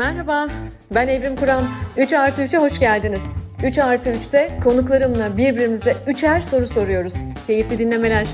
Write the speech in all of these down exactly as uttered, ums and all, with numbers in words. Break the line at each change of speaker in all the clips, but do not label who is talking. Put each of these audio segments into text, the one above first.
Merhaba, ben Evrim Kur'an. üç artı üçe hoş geldiniz. üç artı üçte konuklarımla birbirimize üçer soru soruyoruz. Keyifli dinlemeler.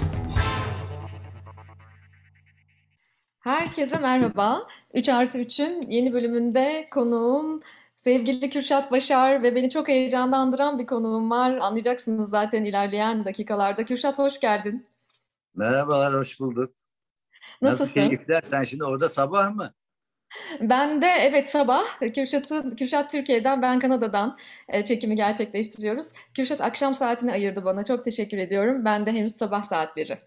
Herkese merhaba. üç artı üçün yeni bölümünde konuğum sevgili Kürşat Başar ve beni çok heyecanlandıran bir konuğum var. Anlayacaksınız zaten ilerleyen dakikalarda. Kürşat hoş geldin.
Merhabalar, hoş bulduk. Nasıl
Nasılsın?
keyifler? Sen şimdi orada sabah mı?
Ben de evet sabah Kürşat'ı, Kürşat Türkiye'den ben Kanada'dan e, çekimi gerçekleştiriyoruz. Kürşat akşam saatini ayırdı bana. Çok teşekkür ediyorum. Ben de henüz sabah saatleri.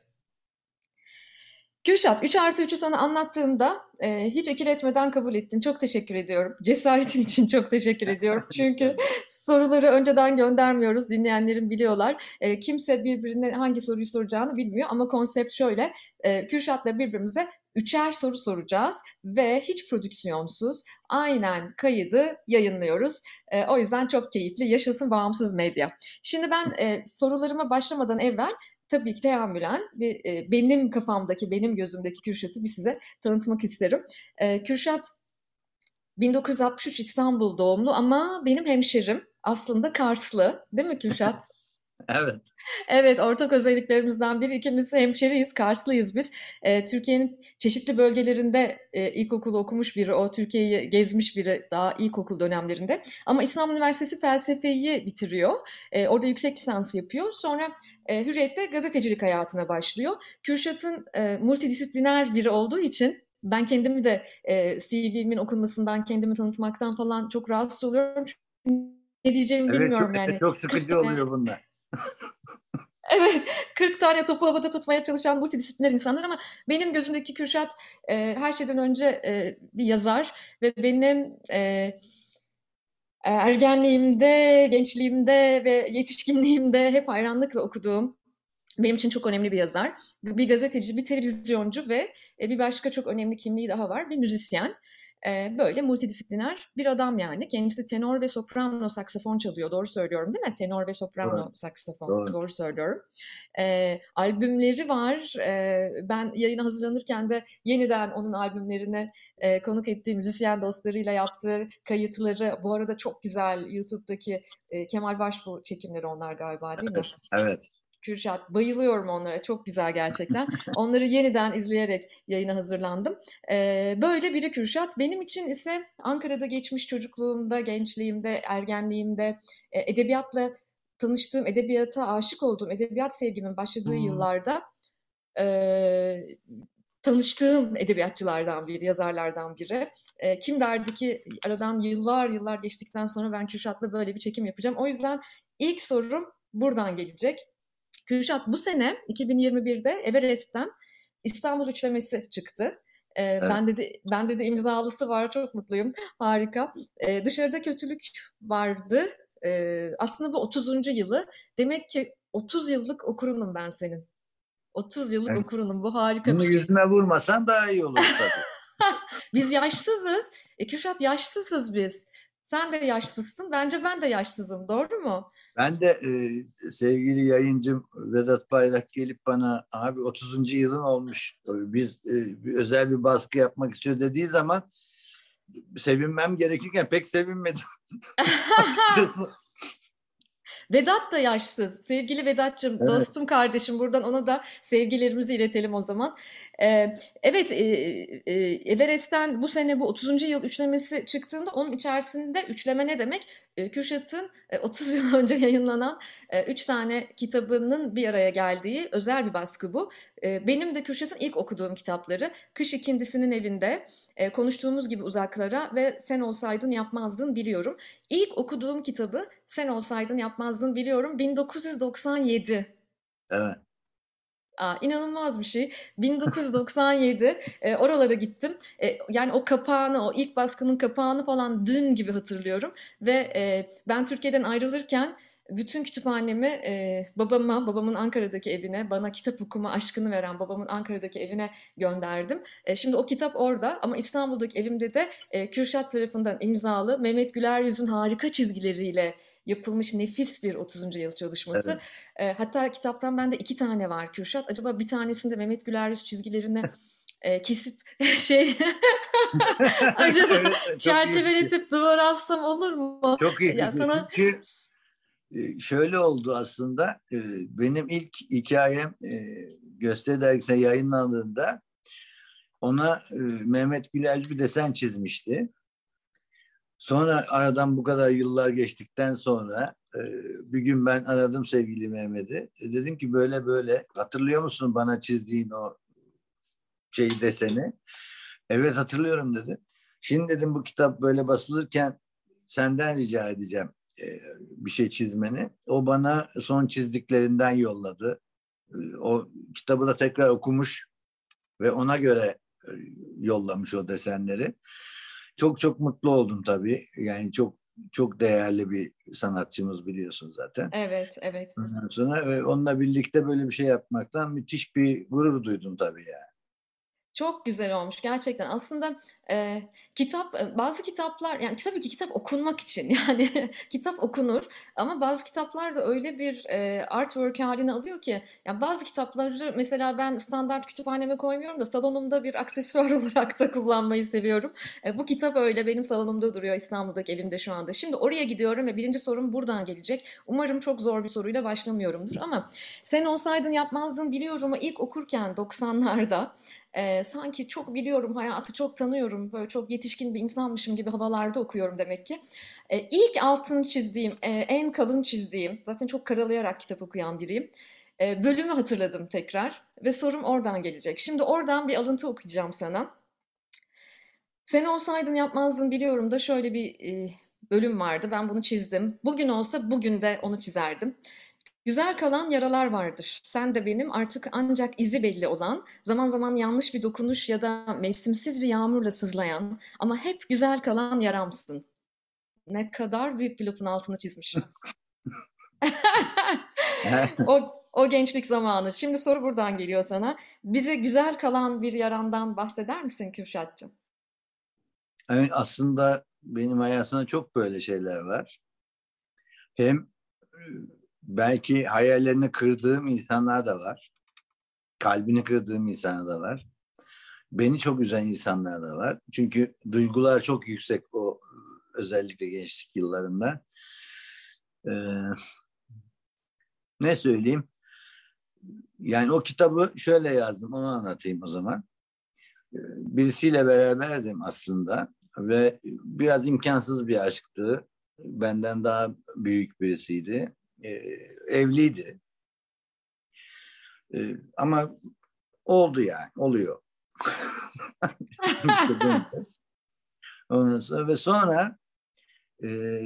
Kürşat, üç artı üçü sana anlattığımda e, hiç ikiletmeden kabul ettin. Çok teşekkür ediyorum. Cesaretin için çok teşekkür ediyorum. Çünkü soruları önceden göndermiyoruz. Dinleyenlerim biliyorlar. E, kimse birbirine hangi soruyu soracağını bilmiyor. Ama konsept şöyle. E, Kürşat'la birbirimize üçer soru soracağız. Ve hiç prodüksiyonsuz aynen kaydı yayınlıyoruz. E, o yüzden çok keyifli. Yaşasın bağımsız medya. Şimdi ben e, sorularıma başlamadan evvel tabii ki teamülen bir, e, benim kafamdaki, benim gözümdeki Kürşat'ı bir size tanıtmak isterim. E, Kürşat bin dokuz yüz altmış üç İstanbul doğumlu ama benim hemşerim aslında Karslı, değil mi Kürşat?
Evet.
Evet, ortak özelliklerimizden biri ikimiz hemşeriyiz, Karslıyız biz. Ee, Türkiye'nin çeşitli bölgelerinde e, ilkokul okumuş biri, o Türkiye'yi gezmiş biri daha ilkokul dönemlerinde. Ama İstanbul Üniversitesi felsefeyi bitiriyor. Ee, orada yüksek lisans yapıyor. Sonra e, Hürriyet'te gazetecilik hayatına başlıyor. Kürşat'ın e, multidisipliner biri olduğu için ben kendimi de e, C V'min okunmasından, kendimi tanıtmaktan falan çok rahatsız oluyorum. Çünkü ne diyeceğimi
Evet,
bilmiyorum
çok, evet,
yani.
çok
kırk
sıkıcı
tane
oluyor bunlar.
Evet, kırk tane topu havada tutmaya çalışan multidisipliner insanlar ama benim gözümdeki Kürşat e, her şeyden önce e, bir yazar ve benim e, ergenliğimde, gençliğimde ve yetişkinliğimde hep hayranlıkla okuduğum benim için çok önemli bir yazar. Bir gazeteci, bir televizyoncu ve e, bir başka çok önemli kimliği daha var, bir müzisyen. E, böyle multidisipliner bir adam yani. Kendisi tenor ve soprano saksafon çalıyor. Doğru söylüyorum değil mi? Tenor ve
Doğru.
soprano saksafon.
Doğru.
Doğru söylüyorum. E, albümleri var. E, ben yayına hazırlanırken de yeniden onun albümlerine e, konuk ettiği müzisyen dostlarıyla yaptığı kayıtları. Bu arada çok güzel YouTube'daki e, Kemal Başbuğ çekimleri onlar galiba değil mi?
Evet. Evet.
Kürşat. Bayılıyorum onlara. Çok güzel gerçekten. Onları yeniden izleyerek yayına hazırlandım. Ee, böyle biri Kürşat. Benim için ise Ankara'da geçmiş çocukluğumda, gençliğimde, ergenliğimde e, edebiyatla tanıştığım, edebiyata aşık olduğum, edebiyat sevgimin başladığı yıllarda e, tanıştığım edebiyatçılardan biri, yazarlardan biri. E, kim derdi ki aradan yıllar yıllar geçtikten sonra ben Kürşat'la böyle bir çekim yapacağım. O yüzden ilk sorum buradan gelecek. Kürşat bu sene iki bin yirmi birde Everest'ten İstanbul üçlemesi çıktı. Ee,
Evet.
bende de bende de imzalısı var. Çok mutluyum. Harika. Ee, dışarıda kötülük vardı. Ee, aslında bu otuzuncu yılı. Demek ki otuz yıllık okurunum ben senin. otuz yıllık
Evet.
okurunum. Bu harika bir
Bunu
şey.
yüzüme vurmasan daha iyi olur tabii.
Biz yaşsızız. E, Kürşat yaşsızız biz. Sen de yaşsızsın. Bence ben de yaşsızım. Doğru mu?
Ben de e, sevgili yayıncım Vedat Bayrak gelip bana abi otuzuncu yılın olmuş. Biz e, bir özel bir baskı yapmak istiyor dediği zaman sevinmem gerekirken pek sevinmedim.
Vedat da yaşsız. Sevgili Vedat'cığım,
Evet.
dostum, kardeşim. Buradan ona da sevgilerimizi iletelim o zaman. Ee, evet, e, e, Everest'ten bu sene bu otuzuncu yıl üçlemesi çıktığında onun içerisinde üçleme ne demek? E, Kürşat'ın e, otuz yıl önce yayınlanan e, üç tane kitabının bir araya geldiği özel bir baskı bu. E, benim de Kürşat'ın ilk okuduğum kitapları Kış İkindisi'nin Evinde, e, konuştuğumuz gibi uzaklara ve Sen Olsaydın Yapmazdın biliyorum. İlk okuduğum kitabı Sen Olsaydın Yapmazdın biliyorum bin dokuz yüz doksan yedi.
Evet.
Aa, inanılmaz bir şey. bin dokuz yüz doksan yedi e, oralara gittim. E, yani o kapağını, o ilk baskının kapağını falan dün gibi hatırlıyorum. Ve e, ben Türkiye'den ayrılırken bütün kütüphanemi e, babama, babamın Ankara'daki evine, bana kitap okuma aşkını veren babamın Ankara'daki evine gönderdim. E, şimdi o kitap orada ama İstanbul'daki evimde de e, Kürşat tarafından imzalı Mehmet Güler Yüz'ün harika çizgileriyle yapılmış nefis bir otuzuncu yıl çalışması.
Evet.
E, hatta kitaptan bende iki tane var Kürşat. Acaba bir tanesinde Mehmet Güler Yüz çizgilerini e, kesip şey acaba
Evet, çok iyi fikir.
çerçeveletip duvara assam olur mu?
Çok iyi
Ya
fikir.
sana
Çünkü e, şöyle oldu aslında. E, Benim ilk hikayem e, Gösteri Dergisi'ne yayınlandığında ona e, Mehmet Gülerci bir desen çizmişti. Sonra aradan bu kadar yıllar geçtikten sonra e, bir gün ben aradım sevgili Mehmet'i. E, dedim ki böyle böyle hatırlıyor musun bana çizdiğin o şeyi deseni? Evet hatırlıyorum dedi. Şimdi dedim bu kitap böyle basılırken senden rica edeceğim e, bir şey çizmeni. O bana son çizdiklerinden yolladı. E, O kitabı da tekrar okumuş ve ona göre e, yollamış o desenleri. Çok çok mutlu oldum tabii. Yani çok çok değerli bir sanatçımız biliyorsun zaten.
evet, evet.
Ondan sonra ve onunla birlikte böyle bir şey yapmaktan müthiş bir gurur duydum tabii yani.
Çok güzel olmuş gerçekten. Aslında e, kitap, e, bazı kitaplar, yani tabii ki kitap okunmak için yani kitap okunur ama bazı kitaplar da öyle bir e, artwork haline alıyor ki, yani bazı kitapları mesela ben standart kütüphaneme koymuyorum da salonumda bir aksesuar olarak da kullanmayı seviyorum. E, bu kitap öyle benim salonumda duruyor, İstanbul'daki evimde şu anda. Şimdi oraya gidiyorum ve birinci sorum buradan gelecek. Umarım çok zor bir soruyla başlamıyorumdur ama sen olsaydın yapmazdın biliyorum, ilk okurken doksanlarda Eee, sanki çok biliyorum, hayatı çok tanıyorum, böyle çok yetişkin bir insanmışım gibi havalarda okuyorum demek ki. Eee, ilk altını çizdiğim, eee, en kalın çizdiğim, zaten çok karalayarak kitap okuyan biriyim. Eee, bölümü hatırladım tekrar ve sorum oradan gelecek. Şimdi oradan bir alıntı okuyacağım sana. Sen olsaydın yapmazdın biliyorum da şöyle bir eee, bölüm vardı. Ben bunu çizdim. Bugün olsa bugün de onu çizerdim. Güzel kalan yaralar vardır. Sen de benim artık ancak izi belli olan, zaman zaman yanlış bir dokunuş ya da mevsimsiz bir yağmurla sızlayan ama hep güzel kalan yaramsın. Ne kadar büyük bir lafın altını çizmişim. O, o gençlik zamanı. Şimdi soru buradan geliyor sana. Bize güzel kalan bir yarandan bahseder misin Kürşatcığım?
Yani aslında benim hayatımda çok böyle şeyler var. Hem e, belki hayallerini kırdığım insanlar da var. Kalbini kırdığım insanlar da var. Beni çok üzen insanlar da var. Çünkü duygular çok yüksek o özellikle gençlik yıllarında. Ee, Ne söyleyeyim? Yani o kitabı şöyle yazdım, onu anlatayım o zaman. Ee, Birisiyle beraberdim aslında ve biraz imkansız bir aşktı. Benden daha büyük birisiydi. Ee, evliydi. Ee, ama oldu yani, oluyor. İşte böyle. Ondan sonra, ve sonra e,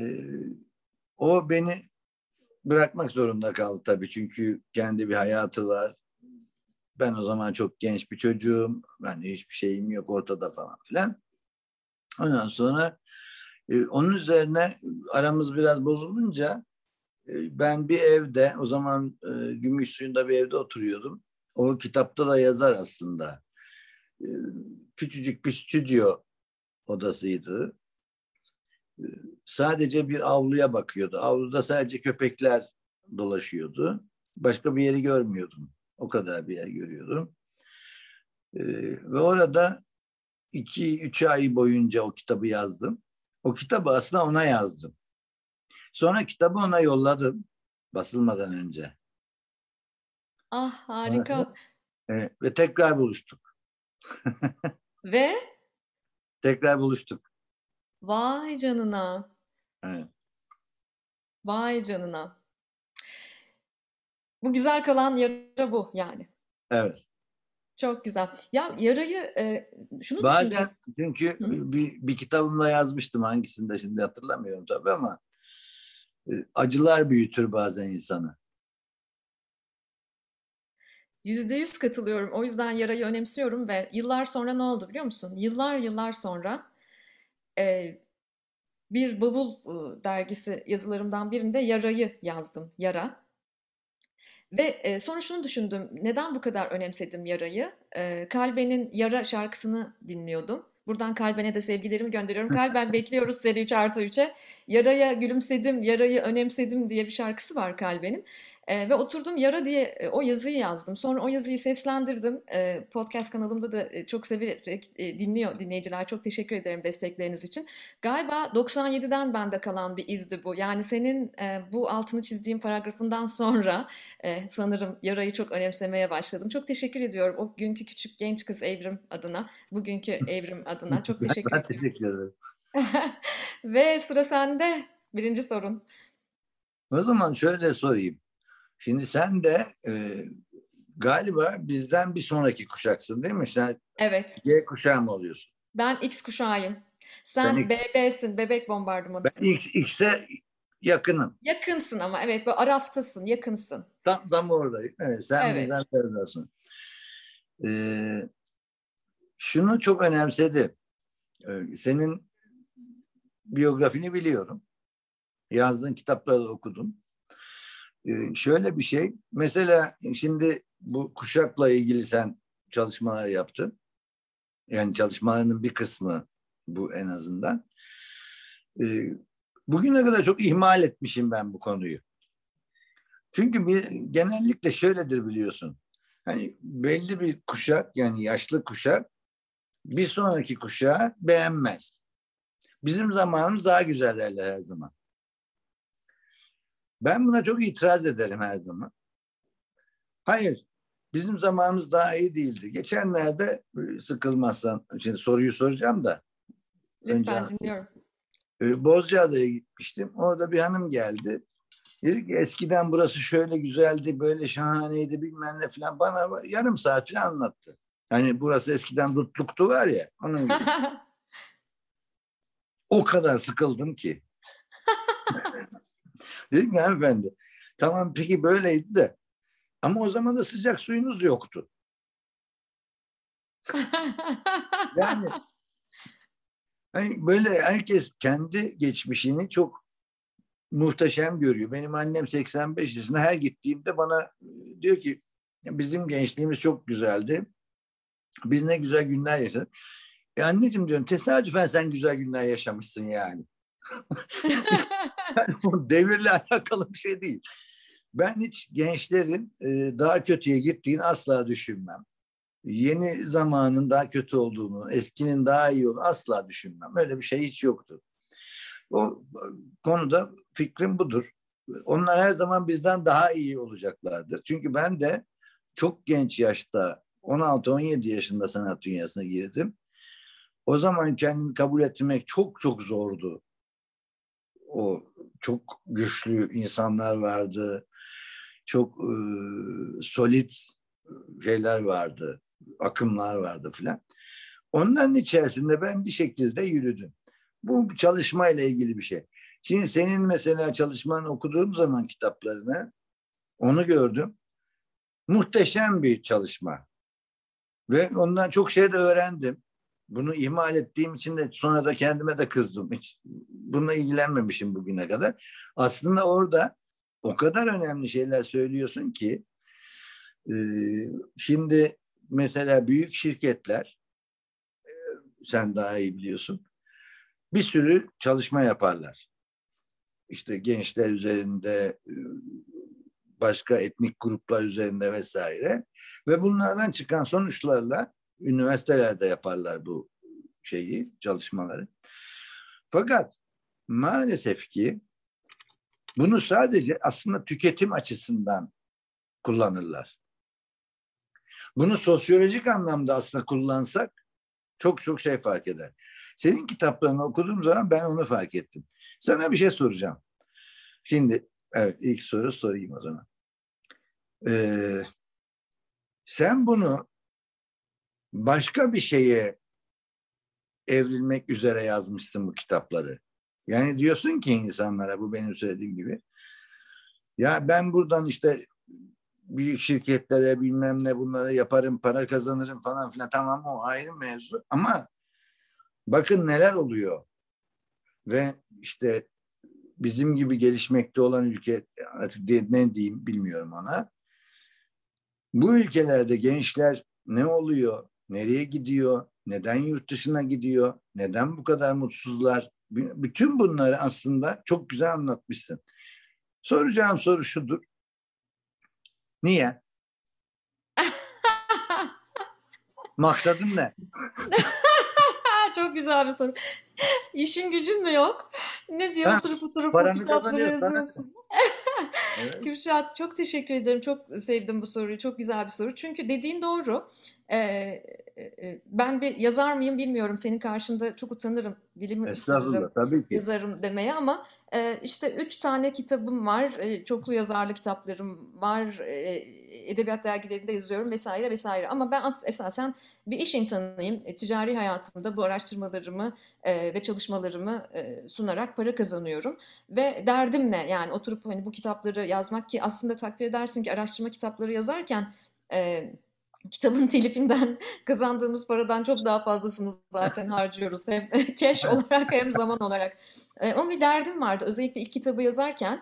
o beni bırakmak zorunda kaldı tabii. Çünkü kendi bir hayatı var. Ben o zaman çok genç bir çocuğum. Yani hiçbir şeyim yok ortada falan filan. Ondan sonra e, onun üzerine aramız biraz bozulunca e, ben bir evde o zaman e, Gümüşsuyu'nda bir evde oturuyordum. O kitapta da yazar aslında. E, Küçücük bir stüdyo odasıydı. E, Sadece bir avluya bakıyordu. Avluda sadece köpekler dolaşıyordu. Başka bir yeri görmüyordum. O kadar bir yer görüyordum. E, Ve orada iki üç ay boyunca o kitabı yazdım. O kitabı aslında ona yazdım. Sonra kitabı ona yolladım basılmadan önce.
Ah
Ondan
harika.
e, ve tekrar buluştuk.
Ve
Tekrar buluştuk.
vay canına,
Evet.
vay canına. Bu güzel kalan yara bu yani.
Evet.
Çok güzel. Ya yarayı e, şunu
Bazen
düşündüm.
çünkü
Hı?
bir, bir kitabımda yazmıştım hangisinde şimdi hatırlamıyorum tabii ama e, acılar büyütür bazen insanı.
Yüzde yüz katılıyorum. O yüzden yarayı önemsiyorum ve yıllar sonra ne oldu biliyor musun? Yıllar yıllar sonra e, bir bavul e, dergisi yazılarımdan birinde yarayı yazdım. Yara. Ve e, sonra şunu düşündüm. Neden bu kadar önemsedim yarayı? E, Kalben'in Yara şarkısını dinliyordum. Buradan Kalben'e de sevgilerimi gönderiyorum. Kalben bekliyoruz seni üç artı üçe. Yaraya gülümsedim, yarayı önemsedim diye bir şarkısı var Kalben'in. E, ve oturdum Yara diye e, o yazıyı yazdım. Sonra o yazıyı seslendirdim. E, podcast kanalımda da e, çok severek e, dinliyor dinleyiciler. Çok teşekkür ederim destekleriniz için. Galiba doksan yediden bende kalan bir izdi bu. Yani senin e, bu altını çizdiğim paragrafından sonra e, sanırım Yara'yı çok önemsemeye başladım. Çok teşekkür ediyorum o günkü küçük genç kız Evrim adına, bugünkü Evrim adına. Çok
Ben,
teşekkür
ben
ediyorum.
teşekkür ederim.
Ve sıra sende. Birinci sorun.
O zaman şöyle sorayım. Şimdi sen de e, galiba bizden bir sonraki kuşaksın değil mi? Sen
Evet.
Y kuşağı mı oluyorsun?
Ben X kuşağıyım.
Sen
Sen
X,
B B'sin, bebek
ben
bombardımanısın.
X, X'e yakınım.
Yakınsın ama evet, böyle araftasın, yakınsın.
Tam, tam oradayım. Evet, sen
Evet.
bizden fazlasın. Ee, Şunu çok önemsedim. Ee, senin biyografini biliyorum. Yazdığın kitapları da okudum. Ee, şöyle bir şey. Mesela şimdi bu kuşakla ilgili sen çalışmalar yaptın. Yani çalışmalarının bir kısmı bu en azından. Ee, Bugüne kadar çok ihmal etmişim ben bu konuyu. Çünkü bir, genellikle şöyledir biliyorsun. Hani belli bir kuşak yani yaşlı kuşak bir sonraki kuşağı beğenmez. Bizim zamanımız daha güzel derler her zaman. Ben buna çok itiraz ederim her zaman. Hayır, bizim zamanımız daha iyi değildi. Geçenlerde sıkılmazsan, şimdi soruyu soracağım da önce
Lütfen dinliyorum.
Bozcaada'ya gitmiştim. Orada bir hanım geldi. Dedi ki eskiden burası şöyle güzeldi, böyle şahaneydi bilmem ne falan. Bana yarım saat falan anlattı. Hani burası eskiden dutluktu var ya, onun gibi. O kadar sıkıldım ki. Dedim ki hanımefendi, tamam peki böyleydi de. Ama o zaman da sıcak suyunuz yoktu. Yani hani böyle herkes kendi geçmişini çok muhteşem görüyor. Benim annem seksen beş yaşında, her gittiğimde bana e, diyor ki bizim gençliğimiz çok güzeldi. Biz ne güzel günler yaşadık. E anneciğim diyorum, tesadüfen sen güzel günler yaşamışsın yani. Yani o devirle alakalı bir şey değil. Ben hiç gençlerin e, daha kötüye gittiğini asla düşünmem. Yeni zamanın daha kötü olduğunu, eskinin daha iyi olduğunu asla düşünmem. Öyle bir şey hiç yoktu. O konuda fikrim budur. Onlar her zaman bizden daha iyi olacaklardır. Çünkü ben de çok genç yaşta on altı on yedi yaşında sanat dünyasına girdim. O zaman kendimi kabul etmek çok çok zordu. O çok güçlü insanlar vardı. Çok e, solid şeyler vardı. Akımlar vardı filan. Onların içerisinde ben bir şekilde yürüdüm. Bu çalışmayla ilgili bir şey. Şimdi senin mesela çalışmanı okuduğum zaman kitaplarını onu gördüm. Muhteşem bir çalışma. Ve ondan çok şey de öğrendim. Bunu ihmal ettiğim için de sonra da kendime de kızdım. Hiç bununla ilgilenmemişim bugüne kadar. Aslında orada o kadar önemli şeyler söylüyorsun ki e, şimdi mesela büyük şirketler, sen daha iyi biliyorsun, bir sürü çalışma yaparlar. İşte gençler üzerinde, başka etnik gruplar üzerinde vesaire. Ve bunlardan çıkan sonuçlarla üniversitelerde yaparlar bu şeyi, çalışmaları. Fakat maalesef ki bunu sadece aslında tüketim açısından kullanırlar. Bunu sosyolojik anlamda aslında kullansak çok çok şey fark eder. Senin kitaplarını okuduğum zaman ben onu fark ettim. Sana bir şey soracağım. Şimdi evet, ilk soru sorayım o zaman. Ee, Sen bunu başka bir şeye evrilmek üzere yazmışsın bu kitapları. Yani diyorsun ki insanlara, bu benim söylediğim gibi, ya ben buradan işte büyük şirketlere bilmem ne bunları yaparım, para kazanırım falan filan, tamam o ayrı mevzu ama bakın neler oluyor ve işte bizim gibi gelişmekte olan ülke, artık ne diyeyim bilmiyorum ona, bu ülkelerde gençler ne oluyor, nereye gidiyor, neden yurt dışına gidiyor, neden bu kadar mutsuzlar, bütün bunları aslında çok güzel anlatmışsın. Soracağım soru şudur. Niye? Maksadın ne?
Çok güzel bir soru. İşin gücün mü yok? Ne diye
Ha,
oturup oturup bu
paranı
kitapları
kazanıyor sana.
yazıyorsun?
Evet.
Kürşat, çok teşekkür ederim. Çok sevdim bu soruyu. Çok güzel bir soru. Çünkü dediğin doğru. Ee, e, ben bir yazar mıyım bilmiyorum. Senin karşında çok utanırım. Dilimi ısırırım
Estağfurullah, tabii ki.
yazarım demeye ama e, işte üç tane kitabım var. E, çoklu yazarlı kitaplarım var. E, edebiyat dergilerinde yazıyorum vesaire vesaire. Ama ben as- esasen bir iş insanıyım. E, ticari hayatımda bu araştırmalarımı e, ve çalışmalarımı e, sunarak para kazanıyorum. Ve derdim ne? Yani oturup hani bu kitapları yazmak ki aslında takdir edersin ki araştırma kitapları yazarken e, kitabın telifinden kazandığımız paradan çok daha fazlasını zaten harcıyoruz. Hem cash olarak hem zaman olarak. E, ama bir derdim vardı. Özellikle ilk kitabı yazarken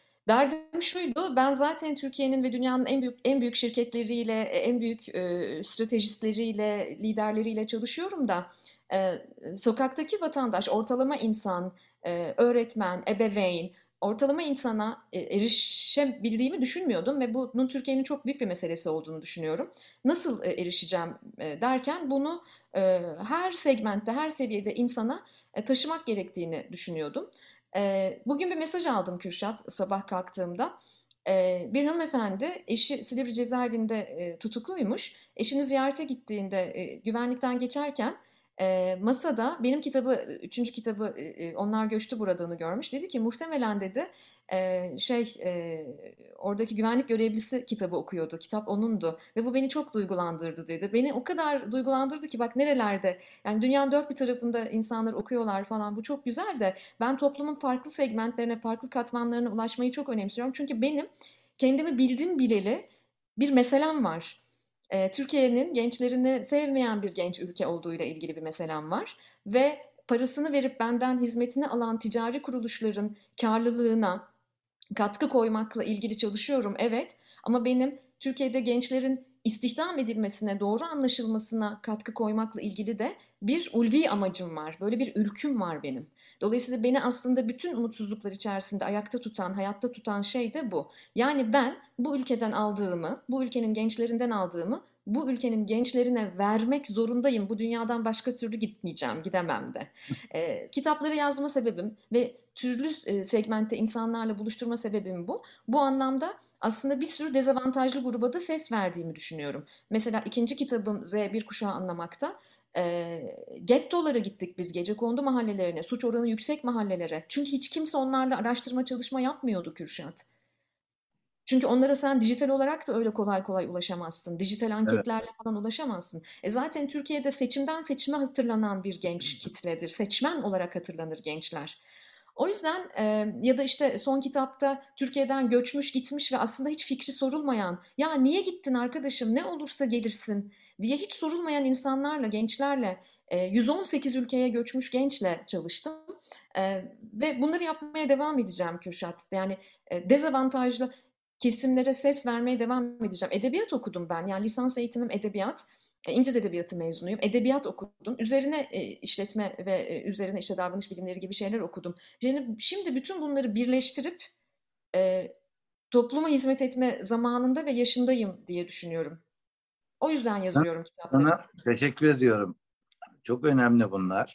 derdim şuydu. Ben zaten Türkiye'nin ve dünyanın en büyük en büyük şirketleriyle, en büyük e, stratejistleriyle, liderleriyle çalışıyorum da e, sokaktaki vatandaş, ortalama insan, e, öğretmen, ebeveyn, ortalama insana e, erişebildiğimi düşünmüyordum ve bunun Türkiye'nin çok büyük bir meselesi olduğunu düşünüyorum. Nasıl e, erişeceğim e, derken bunu e, her segmentte, her seviyede insana e, taşımak gerektiğini düşünüyordum. Ee, bugün bir mesaj aldım Kürşat sabah kalktığımda. Ee, bir hanımefendi eşi Silivri cezaevinde e, tutukluymuş. Eşini ziyarete gittiğinde e, güvenlikten geçerken e, masada benim kitabı, üçüncü kitabı e, e, Onlar Göçtü Buradan'ı görmüş. Dedi ki muhtemelen dedi e, şey e, oradaki güvenlik görevlisi kitabı okuyordu. Kitap onundu ve bu beni çok duygulandırdı dedi. Beni o kadar duygulandırdı ki bak nerelerde yani dünyanın dört bir tarafında insanlar okuyorlar falan bu çok güzel de ben toplumun farklı segmentlerine, farklı katmanlarına ulaşmayı çok önemsiyorum. Çünkü benim kendimi bildim bileli bir meselem var. Ee, Türkiye'nin gençlerini sevmeyen bir genç ülke olduğuyla ilgili bir meselem var. Ve parasını verip benden hizmetini alan ticari kuruluşların karlılığına katkı koymakla ilgili çalışıyorum, evet. Ama benim Türkiye'de gençlerin istihdam edilmesine, doğru anlaşılmasına katkı koymakla ilgili de bir ulvi amacım var. Böyle bir ülküm var benim. Dolayısıyla beni aslında bütün umutsuzluklar içerisinde ayakta tutan, hayatta tutan şey de bu. Yani ben bu ülkeden aldığımı, bu ülkenin gençlerinden aldığımı bu ülkenin gençlerine vermek zorundayım. Bu dünyadan başka türlü gitmeyeceğim, gidemem de. E, kitapları yazma sebebim ve türlü e, segmentte insanlarla buluşturma sebebim bu. Bu anlamda aslında bir sürü dezavantajlı gruba da ses verdiğimi düşünüyorum. Mesela ikinci kitabım Z bir Kuşağı Anlamakta. E, gettolara gittik biz, gecekondu mahallelerine, suç oranı yüksek mahallelere. Çünkü hiç kimse onlarla araştırma çalışma yapmıyordu Kürşat. Çünkü onlara sen dijital olarak da öyle kolay kolay ulaşamazsın. Dijital
Evet.
anketlerle falan ulaşamazsın. E zaten Türkiye'de seçimden seçime hatırlanan bir genç kitledir. Seçmen olarak hatırlanır gençler. O yüzden e, ya da işte son kitapta Türkiye'den göçmüş gitmiş ve aslında hiç fikri sorulmayan, ya niye gittin arkadaşım, ne olursa gelirsin diye hiç sorulmayan insanlarla, gençlerle, e, yüz on sekiz ülkeye göçmüş gençle çalıştım. E, ve bunları yapmaya devam edeceğim Kürşat. Yani e, dezavantajlı kesimlere ses vermeye devam edeceğim. Edebiyat okudum ben. Yani lisans eğitimim edebiyat. E, İngiliz edebiyatı mezunuyum. Edebiyat okudum. Üzerine e, işletme ve e, üzerine işte davranış bilimleri gibi şeyler okudum. Yani şimdi bütün bunları birleştirip e, topluma hizmet etme zamanında ve yaşındayım diye düşünüyorum. O yüzden yazıyorum kitapları.
Sana teşekkür ediyorum. Çok önemli bunlar.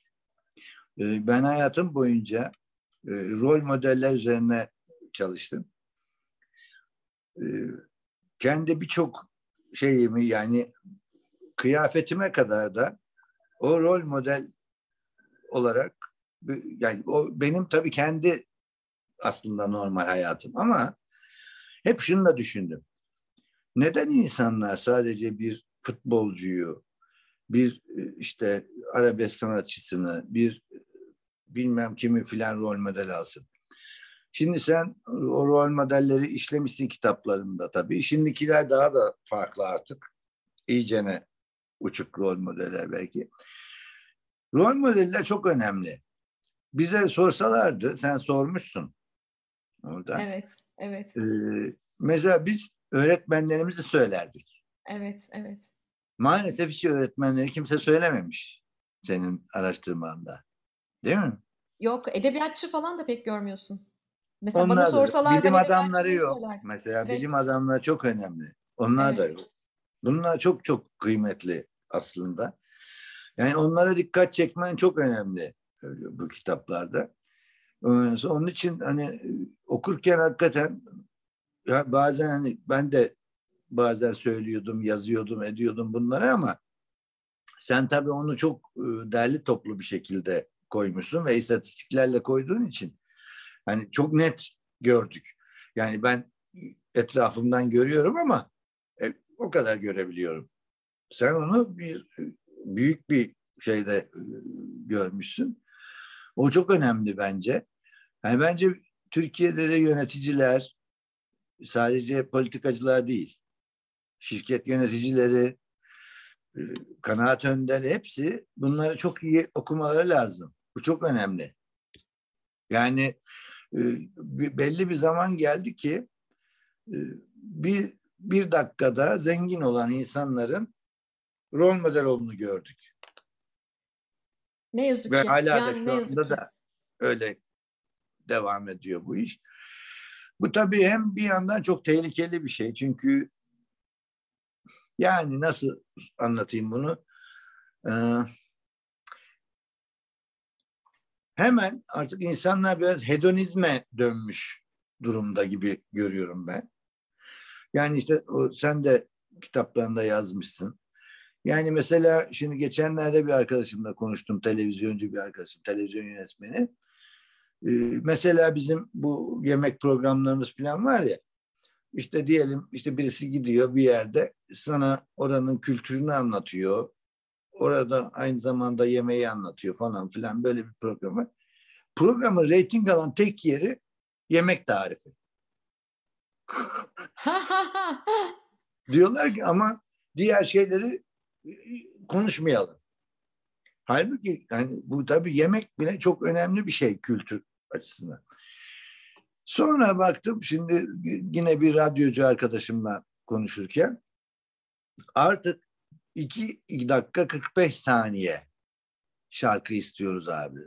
Ee, Ben hayatım boyunca e, rol modeller üzerine çalıştım. Ee, Kendi birçok şeyimi yani kıyafetime kadar da o rol model olarak yani o benim tabii kendi aslında normal hayatım ama hep şunu da düşündüm. Neden insanlar sadece bir futbolcuyu, bir e, işte arabesk sanatçısını, bir bilmem kimi filan rol model alsın? Şimdi sen o rol modelleri işlemişsin kitaplarında tabii. Şimdikiler daha da farklı artık. İyicene uçuk rol modeller belki. Rol modeller çok önemli. Bize sorsalardı, sen sormuşsun orada.
Evet, evet,
Ee, Mesela biz öğretmenlerimizi söylerdik.
evet, evet.
Maalesef hiç öğretmenleri kimse söylememiş senin araştırmanda. Değil mi?
Yok, edebiyatçı falan da pek görmüyorsun. Mesela bana
Onlar da yok.
sorsalar ben
Bilim
Ege
adamları
Berkin'i
yok.
söylerdim.
Mesela
Evet,
bilim adamları çok önemli. Onlar da
evet.
yok. Bunlar çok çok kıymetli aslında. Yani onlara dikkat çekmen çok önemli e, bu kitaplarda. Ee, Onun için hani e, okurken hakikaten ya bazen hani ben de bazen söylüyordum, yazıyordum, ediyordum bunları ama sen tabii onu çok e, derli toplu bir şekilde koymuşsun ve istatistiklerle koyduğun için hani çok net gördük. Yani ben etrafımdan görüyorum ama e, o kadar görebiliyorum. Sen onu bir büyük bir şeyde e, görmüşsün. O çok önemli bence. Yani bence Türkiye'de de yöneticiler sadece politikacılar değil, şirket yöneticileri, e, kanaat önderi hepsi bunları çok iyi okumaları lazım. Bu çok önemli. Yani e, belli bir zaman geldi ki e, bir bir dakikada zengin olan insanların rol model olduğunu gördük.
Ne yazık
Ve
ki.
hala da
Yani ne
şu
yazık
anda
ki.
da öyle devam ediyor bu iş. Bu tabii hem bir yandan çok tehlikeli bir şey. Çünkü yani nasıl anlatayım bunu? Ee, Hemen artık insanlar biraz hedonizme dönmüş durumda gibi görüyorum ben. Yani işte o, sen de kitaplarında yazmışsın. Yani mesela şimdi geçenlerde bir arkadaşımla konuştum, televizyoncu bir arkadaşım, televizyon yönetmeni. Ee, Mesela bizim bu yemek programlarımız falan var ya, işte diyelim işte birisi gidiyor bir yerde sana oranın kültürünü anlatıyor. Orada aynı zamanda yemeği anlatıyor falan filan, böyle bir program var. Programın reyting alan tek yeri yemek tarifi. Diyorlar ki ama diğer şeyleri e, konuşmayalım. Halbuki yani bu tabii yemek bile çok önemli bir şey kültür açısından. Sonra baktım şimdi yine bir radyocu arkadaşımla konuşurken artık iki dakika kırk beş saniye şarkı istiyoruz abi.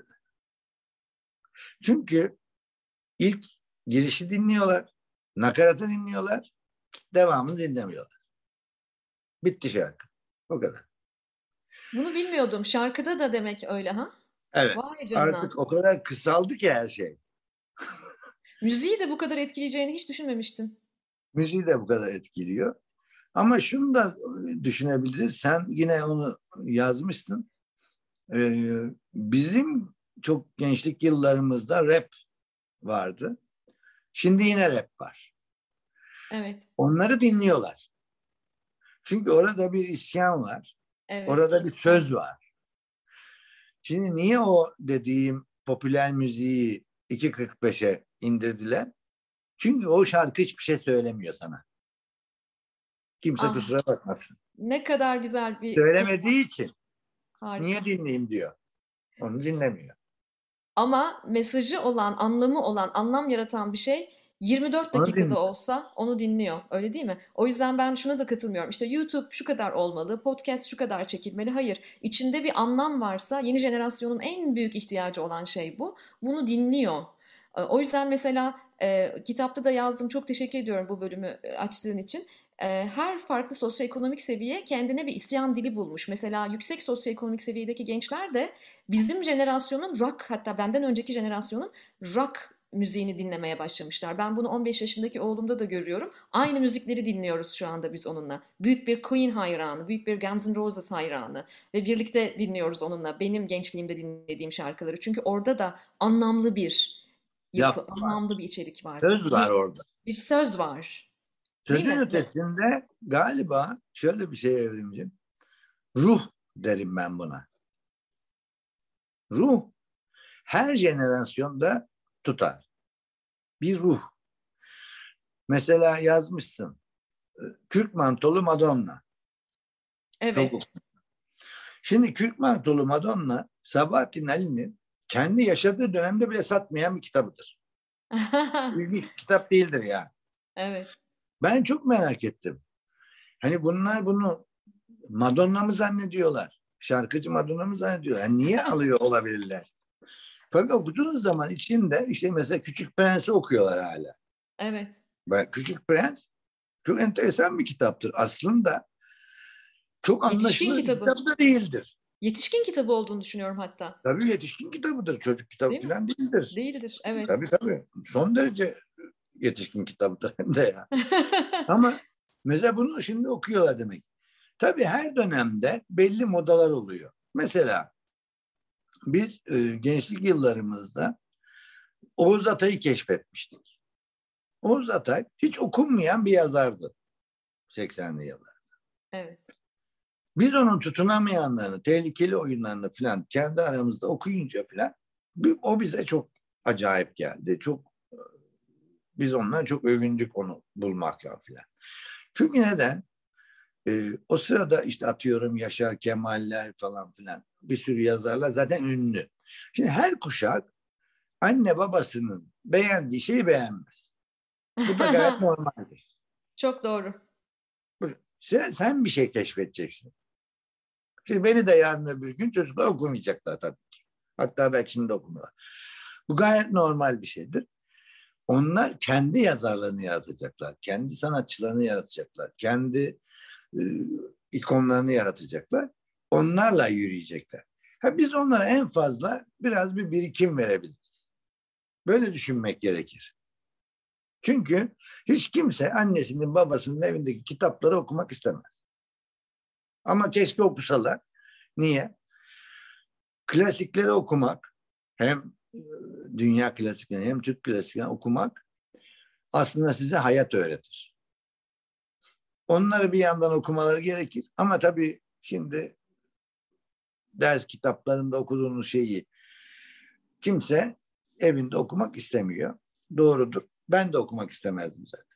Çünkü ilk girişi dinliyorlar, nakaratı dinliyorlar, devamını dinlemiyorlar. Bitti şarkı. O kadar.
Bunu bilmiyordum. Şarkıda da demek öyle ha?
Evet.
Vay canına.
Artık o kadar kısaldı ki her şey.
Müziği de bu kadar etkileyeceğini hiç düşünmemiştim.
Müziği de bu kadar etkiliyor. Ama şunu da düşünebiliriz. Sen yine onu yazmışsın. Ee, bizim çok gençlik yıllarımızda rap vardı. Şimdi yine rap var.
Evet,
Onları dinliyorlar. Çünkü orada bir isyan var.
evet.
Orada bir söz var. Şimdi niye o dediğim popüler müziği iki kırk beşe indirdiler? Çünkü o şarkı hiçbir şey söylemiyor sana. Kimse
Ah,
kusura bakmasın.
ne kadar güzel bir kısmet.
Söylemediği için niye
Harika.
dinleyeyim diyor. Onu dinlemiyor.
Ama mesajı olan, anlamı olan, anlam yaratan bir şey yirmi dört
Onu
dakikada
dinliyor.
olsa onu dinliyor. Öyle değil mi? O yüzden ben şuna da katılmıyorum. İşte YouTube şu kadar olmalı, podcast şu kadar çekilmeli. Hayır. İçinde bir anlam varsa yeni jenerasyonun en büyük ihtiyacı olan şey bu. Bunu dinliyor. E, O yüzden mesela e, kitapta da yazdım. Çok teşekkür ediyorum bu bölümü e, açtığın için. E, Her farklı sosyoekonomik seviye kendine bir isyan dili bulmuş. Mesela yüksek sosyoekonomik seviyedeki gençler de bizim jenerasyonun rock, hatta benden önceki jenerasyonun rock müziğini dinlemeye başlamışlar. Ben bunu on beş yaşındaki oğlumda da görüyorum. Aynı müzikleri dinliyoruz şu anda biz onunla. Büyük bir Queen hayranı, büyük bir Guns N' Roses hayranı ve birlikte dinliyoruz onunla benim gençliğimde dinlediğim şarkıları. Çünkü orada da anlamlı bir yapı,
Laf var.
anlamlı bir içerik var.
Söz var
Bir,
orada.
bir söz var. Değil
Sözün
mi?
ötesinde galiba şöyle bir şey Evrimciğim. Ruh derim ben buna. Ruh her jenerasyonda tutar. Bir ruh. Mesela yazmışsın. Kürk mantolu Madonna. Çok.
Evet.
Şimdi Kürk mantolu Madonna Sabahattin Ali'nin kendi yaşadığı dönemde bile satmayan bir kitabıdır. İlginç bir kitap değildir yani.
Evet.
Ben çok merak ettim. Hani bunlar bunu Madonna mı zannediyorlar? Şarkıcı Madonna mı zannediyorlar? Yani niye alıyor olabilirler? Fakat okuduğun zaman içinde işte mesela Küçük Prens'i okuyorlar hala.
Evet.
Ben, Küçük Prens çok enteresan bir kitaptır. Aslında çok
Yetişkin
anlaşılır bir
kitabı.
kitap da değildir.
Yetişkin kitabı olduğunu düşünüyorum hatta.
Tabii yetişkin kitabıdır. Çocuk kitabı
Değil mi?
falan değildir.
Değildir. Evet.
Tabii tabii. Son derece yetişkin kitabıdır hem de ya. Ama mesela bunu şimdi okuyorlar demek. Tabii her dönemde belli modalar oluyor. Mesela biz e, gençlik yıllarımızda Oğuz Atay'ı keşfetmiştik. Oğuz Atay hiç okunmayan bir yazardı seksenli yıllar.
Evet.
Biz onun tutunamayanlarını, tehlikeli oyunlarını falan kendi aramızda okuyunca falan o bize çok acayip geldi. Çok biz ondan çok övündük onu bulmakla falan. Çünkü neden? Ee, o sırada işte atıyorum Yaşar Kemaller falan filan bir sürü yazarlar zaten ünlü. Şimdi her kuşak anne babasının beğendiği şeyi beğenmez. Bu da gayet normaldir.
Çok doğru.
Sen, sen bir şey keşfedeceksin. Şimdi beni de yarın öbür gün çocuklar okumayacaklar tabii ki. Hatta belki şimdi okumuyorlar. Bu gayet normal bir şeydir. Onlar kendi yazarlarını yaratacaklar. Kendi sanatçılarını yaratacaklar. Kendi e, ikonlarını yaratacaklar. Onlarla yürüyecekler. Ha, biz onlara en fazla biraz bir birikim verebiliriz. Böyle düşünmek gerekir. Çünkü hiç kimse annesinin babasının evindeki kitapları okumak istemez. Ama keşke okusalar. Niye? Klasikleri okumak, hem dünya klasiklerini hem Türk klasiklerini okumak aslında size hayat öğretir. Onları bir yandan okumaları gerekir. Ama tabii şimdi ders kitaplarında okuduğunuz şeyi kimse evinde okumak istemiyor. Doğrudur. Ben de okumak istemezdim zaten.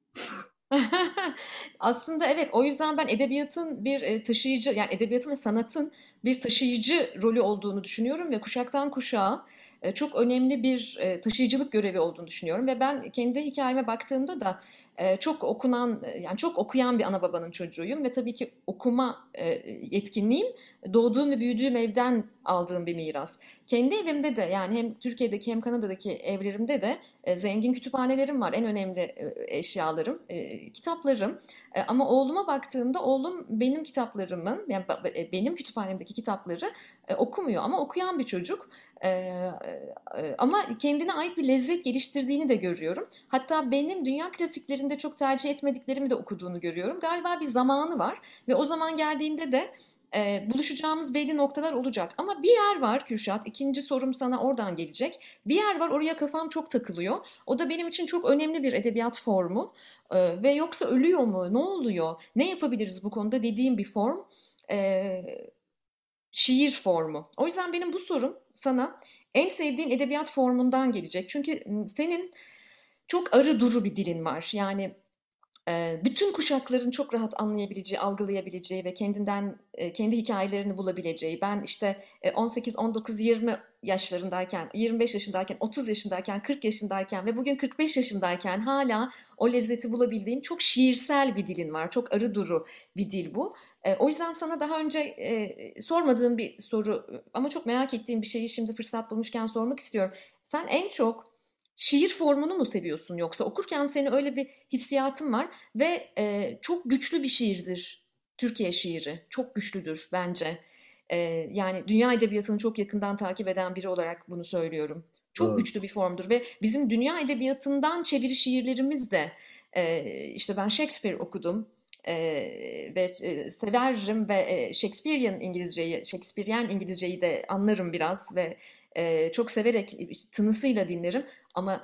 Aslında evet, o yüzden ben edebiyatın bir e, taşıyıcı, yani edebiyatın ve sanatın bir taşıyıcı rolü olduğunu düşünüyorum ve kuşaktan kuşağa e, çok önemli bir e, taşıyıcılık görevi olduğunu düşünüyorum ve ben kendi hikayeme baktığımda da e, çok okunan, e, yani çok okuyan bir ana babanın çocuğuyum ve tabii ki okuma e, yetkinliğim doğduğum ve büyüdüğüm evden aldığım bir miras. Kendi evimde de, yani hem Türkiye'deki hem Kanada'daki evlerimde de e, zengin kütüphanelerim var. En önemli e, eşyalarım, e, kitaplarım. E, ama oğluma baktığımda oğlum benim kitaplarımın, yani e, benim kütüphanemdeki kitapları e, okumuyor ama okuyan bir çocuk. E, e, ama kendine ait bir lezzet geliştirdiğini de görüyorum. Hatta benim dünya klasiklerinde çok tercih etmediklerimi de okuduğunu görüyorum. Galiba bir zamanı var ve o zaman geldiğinde de e, buluşacağımız belli noktalar olacak. Ama bir yer var Kürşat, ikinci sorum sana oradan gelecek. Bir yer var, oraya kafam çok takılıyor. O da benim için çok önemli bir edebiyat formu. Ee, ve yoksa ölüyor mu? Ne oluyor? Ne yapabiliriz bu konuda dediğim bir form. Ee, şiir formu. O yüzden benim bu sorum sana en sevdiğin edebiyat formundan gelecek. Çünkü senin çok arı duru bir dilin var. Yani bütün kuşakların çok rahat anlayabileceği, algılayabileceği ve kendinden kendi hikayelerini bulabileceği. Ben işte on sekiz, on dokuz, yirmi yaşlarındayken, yirmi beş yaşındayken, otuz yaşındayken, kırk yaşındayken ve bugün kırk beş yaşındayken hala o lezzeti bulabildiğim çok şiirsel bir dilin var. Çok arı duru bir dil bu. O yüzden sana daha önce sormadığım bir soru ama çok merak ettiğim bir şeyi şimdi fırsat bulmuşken sormak istiyorum. Sen en çok şiir formunu mu seviyorsun, yoksa okurken seni öyle bir hissiyatın var ve e, çok güçlü bir şiirdir Türkiye şiiri. Çok güçlüdür bence. E, yani dünya edebiyatını çok yakından takip eden biri olarak bunu söylüyorum. Çok
Doğru.
güçlü bir formdur ve bizim dünya edebiyatından çeviri şiirlerimiz de e, işte ben Shakespeare okudum. Ee, ve e, severim ve e, Shakespearean İngilizceyi, Shakespearean İngilizceyi de anlarım biraz ve e, çok severek tınısıyla dinlerim. Ama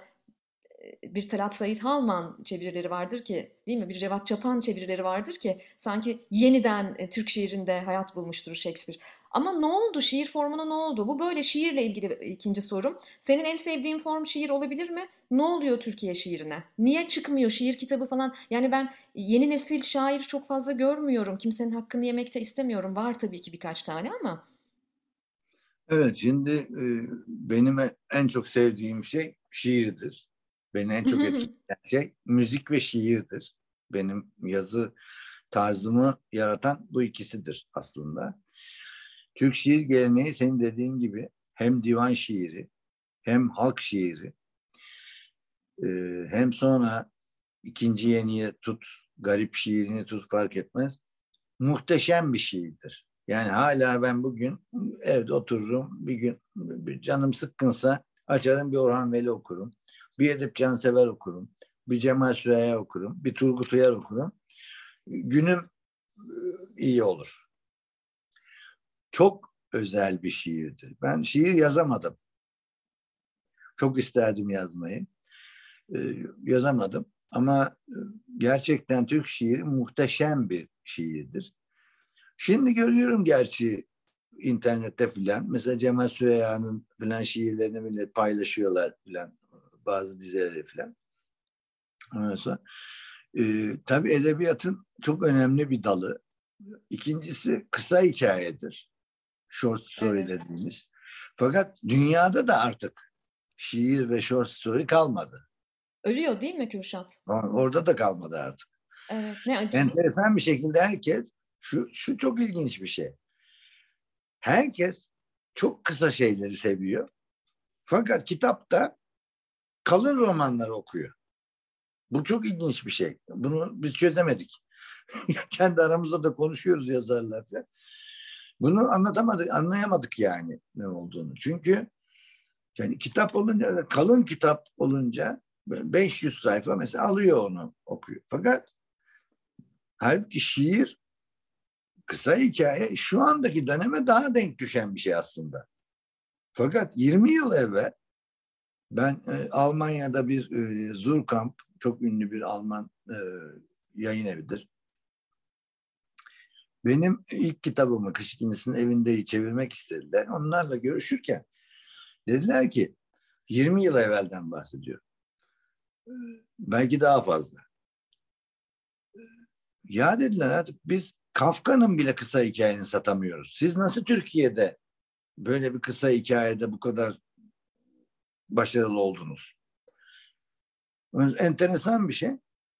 bir Talat Said Halman çevirileri vardır ki, değil mi? Bir Cevat Çapan çevirileri vardır ki sanki yeniden e, Türk şiirinde hayat bulmuştur Shakespeare. Ama ne oldu? Şiir formuna ne oldu? Bu böyle şiirle ilgili ikinci sorum. Senin en sevdiğin form şiir olabilir mi? Ne oluyor Türkiye şiirine? Niye çıkmıyor şiir kitabı falan? Yani ben yeni nesil şair çok fazla görmüyorum. Kimsenin hakkını yemekte istemiyorum. Var tabii ki birkaç tane ama.
Evet, şimdi e, benim en çok sevdiğim şey şiirdir. Beni en çok etkileyen şey müzik ve şiirdir. Benim yazı tarzımı yaratan bu ikisidir aslında. Türk şiir geleneği senin dediğin gibi hem divan şiiri hem halk şiiri, e, hem sonra ikinci yeniye tut, garip şiirini tut fark etmez. Muhteşem bir şiirdir. Yani hala ben bugün evde otururum, bir gün bir canım sıkkınsa açarım bir Orhan Veli okurum. Bir Edip Cansever okurum. Bir Cemal Süreya okurum. Bir Turgut Uyar okurum. Günüm iyi olur. Çok özel bir şiirdir. Ben şiir yazamadım. Çok isterdim yazmayı. Ee, yazamadım. Ama gerçekten Türk şiiri muhteşem bir şiirdir. Şimdi görüyorum gerçi internette filan. Mesela Cemal Süreya'nın filan şiirlerini bile paylaşıyorlar filan. Bazı dizeleri filan. Ondan sonra, e, tabii edebiyatın çok önemli bir dalı. İkincisi kısa hikayedir. Short story
Evet.
dediğimiz. Fakat dünyada da artık şiir ve short story kalmadı.
Ölüyor değil mi Kürşat?
Orada da kalmadı artık.
Evet, ne acı.
Enteresan bir şekilde herkes, şu, şu çok ilginç bir şey. Herkes çok kısa şeyleri seviyor. Fakat kitapta kalın romanları okuyor. Bu çok ilginç bir şey. Bunu biz çözemedik. Kendi aramızda da konuşuyoruz yazarlar falan. Bunu anlatamadık, anlayamadık yani ne olduğunu. Çünkü yani kitap olunca, kalın kitap olunca beş yüz sayfa mesela alıyor onu okuyor. Fakat halbuki şiir, kısa hikaye şu andaki döneme daha denk düşen bir şey aslında. Fakat yirmi yıl evvel ben e, Almanya'da bir e, Zurkamp, çok ünlü bir Alman e, yayın evidir. Benim ilk kitabımı Kış İkincisinin Evinde'yi çevirmek istediler. Onlarla görüşürken dediler ki yirmi yıl evvelden bahsediyor. Belki daha fazla. Ya dediler artık biz Kafka'nın bile kısa hikayeni satamıyoruz. Siz nasıl Türkiye'de böyle bir kısa hikayede bu kadar başarılı oldunuz? Enteresan bir şey.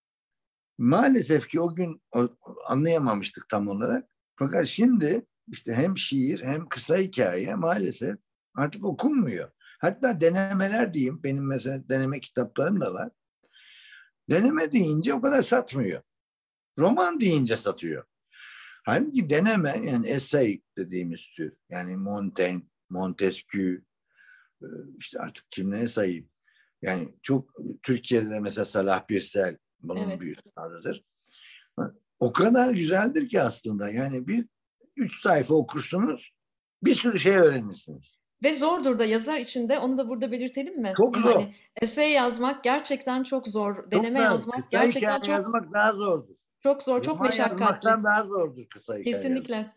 Maalesef ki o gün anlayamamıştık tam olarak. Fakat şimdi işte hem şiir hem kısa hikaye maalesef artık okunmuyor. Hatta denemeler diyeyim, benim mesela deneme kitaplarım da var. Deneme deyince o kadar satmıyor. Roman deyince satıyor. Halbuki deneme, yani essay dediğimiz tür, yani Montaigne, Montesquieu, işte artık kimleri sayayım. Yani çok Türkiye'de mesela Salah Birsel bunun
Evet.
bir üstadıdır. O kadar güzeldir ki aslında. Yani bir üç sayfa okursunuz, bir sürü şey öğrenirsiniz.
Ve zordur da yazar için de, onu da burada belirtelim mi?
Çok zor.
Yani essay yazmak gerçekten çok zor.
Çok
Deneme
zor.
yazmak
Kısa
gerçekten
hikaye
çok
yazmak daha zordur.
çok zor, çok
Roman
meşakkatli.
yazmaktan daha zordur kısa hikaye yazmak.
Kesinlikle.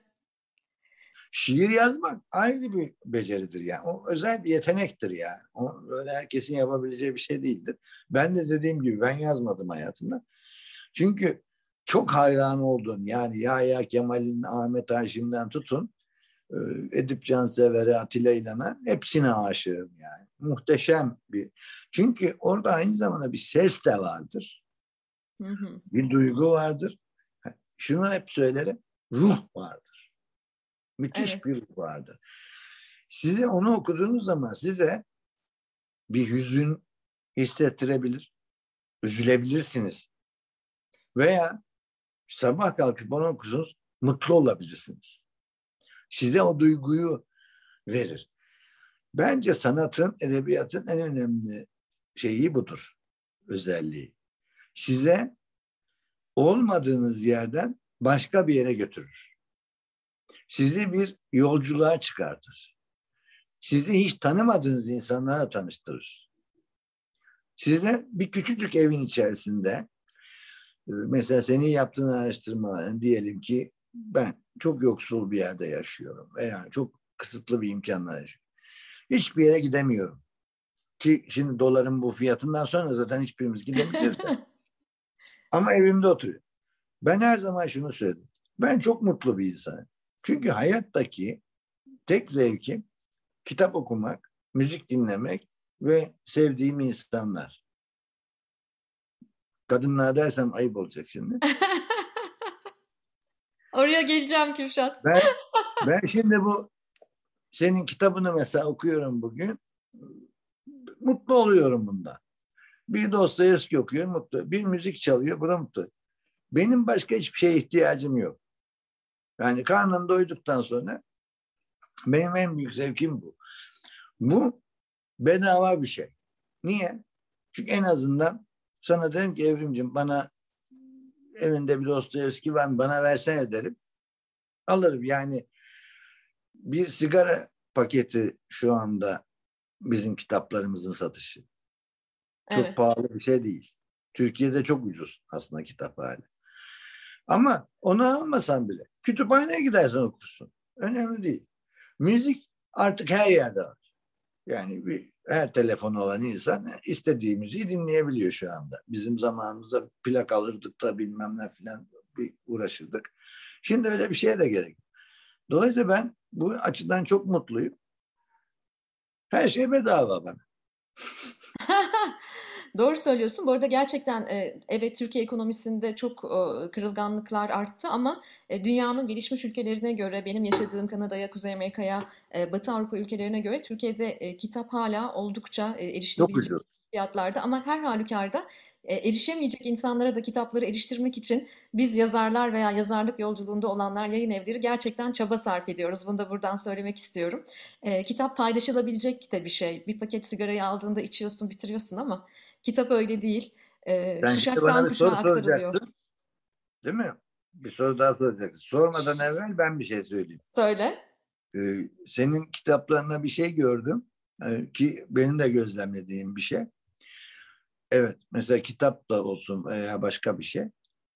Şiir yazmak ayrı bir beceridir yani. O özel bir yetenektir yani. O öyle herkesin yapabileceği bir şey değildir. Ben de dediğim gibi ben yazmadım hayatımda. Çünkü çok hayran olduğum, yani Yahya Kemal'in, Ahmet Haşim'den tutun Edip Cansever'e, Atilla İlhan'a hepsine aşığım yani. Muhteşem bir. Çünkü orada aynı zamanda bir ses de vardır.
Hı hı.
Bir duygu vardır. Şunu hep söylerim. Ruh vardır. Müthiş
Evet.
bir ruh vardır. Size onu okuduğunuz zaman size bir hüzün hissettirebilir. Üzülebilirsiniz. Veya sabah kalkıp onu okursunuz, mutlu olabilirsiniz. Size o duyguyu verir. Bence sanatın, edebiyatın en önemli şeyi budur. Özelliği. Size olmadığınız yerden başka bir yere götürür. Sizi bir yolculuğa çıkartır. Sizi hiç tanımadığınız insanlarla tanıştırır. Size bir küçücük evin içerisinde, mesela senin yaptığın araştırmaların, diyelim ki ben çok yoksul bir yerde yaşıyorum veya çok kısıtlı bir imkanla yaşıyorum. Hiçbir yere gidemiyorum. Ki şimdi doların bu fiyatından sonra zaten hiçbirimiz gidemeyeceğiz de. Ama evimde oturuyorum. Ben her zaman şunu söyledim. Ben çok mutlu bir insanım. Çünkü hayattaki tek zevkim kitap okumak, müzik dinlemek ve sevdiğim insanlar. Kadınlar dersem ayıp olacak şimdi.
Oraya geleceğim Kürşat.
Ben ben şimdi bu senin kitabını mesela okuyorum bugün. Mutlu oluyorum bunda. Bir Dostoyevski okuyor, mutlu. Bir müzik çalıyor, bu da mutlu. Benim başka hiçbir şeye ihtiyacım yok. Yani karnım doyduktan sonra benim en büyük zevkim bu. Bu bedava bir şey. Niye? Çünkü en azından sana dedim ki Evrimciğim, bana evinde bir Dostoyevski var, bana versene derim. Alırım. Yani bir sigara paketi şu anda bizim kitaplarımızın satışı. Çok
Evet.
pahalı bir şey değil. Türkiye'de çok ucuz aslında kitap hali. Ama onu almasan bile kütüphaneye gidersen okursun. Önemli değil. Müzik artık her yerde var. Yani bir, her telefonu olan insan istediği müziği dinleyebiliyor şu anda. Bizim zamanımızda plak alırdık da bilmem ne filan bir uğraşırdık. Şimdi öyle bir şeye de gerek yok. Dolayısıyla ben bu açıdan çok mutluyum. Her şey bedava bana.
Doğru söylüyorsun. Bu arada gerçekten e, evet, Türkiye ekonomisinde çok e, kırılganlıklar arttı ama e, dünyanın gelişmiş ülkelerine göre, benim yaşadığım Kanada'ya, Kuzey Amerika'ya, e, Batı Avrupa ülkelerine göre Türkiye'de e, kitap hala oldukça e,
Çok
erişilebilecek
ucuz.
fiyatlarda, ama her halükarda e, erişemeyecek insanlara da kitapları eriştirmek için biz yazarlar veya yazarlık yolculuğunda olanlar, yayın evleri gerçekten çaba sarf ediyoruz. Bunu da buradan söylemek istiyorum. E, kitap paylaşılabilecek de bir şey. Bir paket sigarayı aldığında içiyorsun, bitiriyorsun, ama kitap öyle değil. Ee,
Sen şimdi bana
kuşaktan
bir
kuşağa
soru
aktarılıyor.
soracaksın, değil mi? Bir soru daha soracaksın. Sormadan evvel ben bir şey söyleyeyim.
Söyle.
Ee, senin kitaplarına bir şey gördüm ee, ki benim de gözlemlediğim bir şey. Evet, mesela kitap da olsun veya başka bir şey.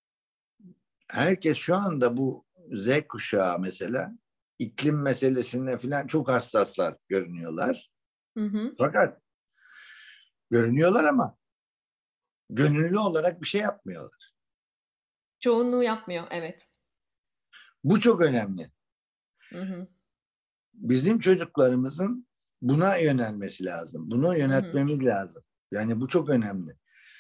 Herkes şu anda bu Z kuşağı mesela iklim meselesine falan çok hassaslar görünüyorlar.
Hı hı.
Fakat görünüyorlar ama gönüllü olarak bir şey yapmıyorlar.
Çoğunluğu yapmıyor. Evet.
Bu çok önemli.
Hı hı.
Bizim çocuklarımızın buna yönelmesi lazım. Bunu
Hı hı.
yönetmemiz lazım. Yani bu çok önemli.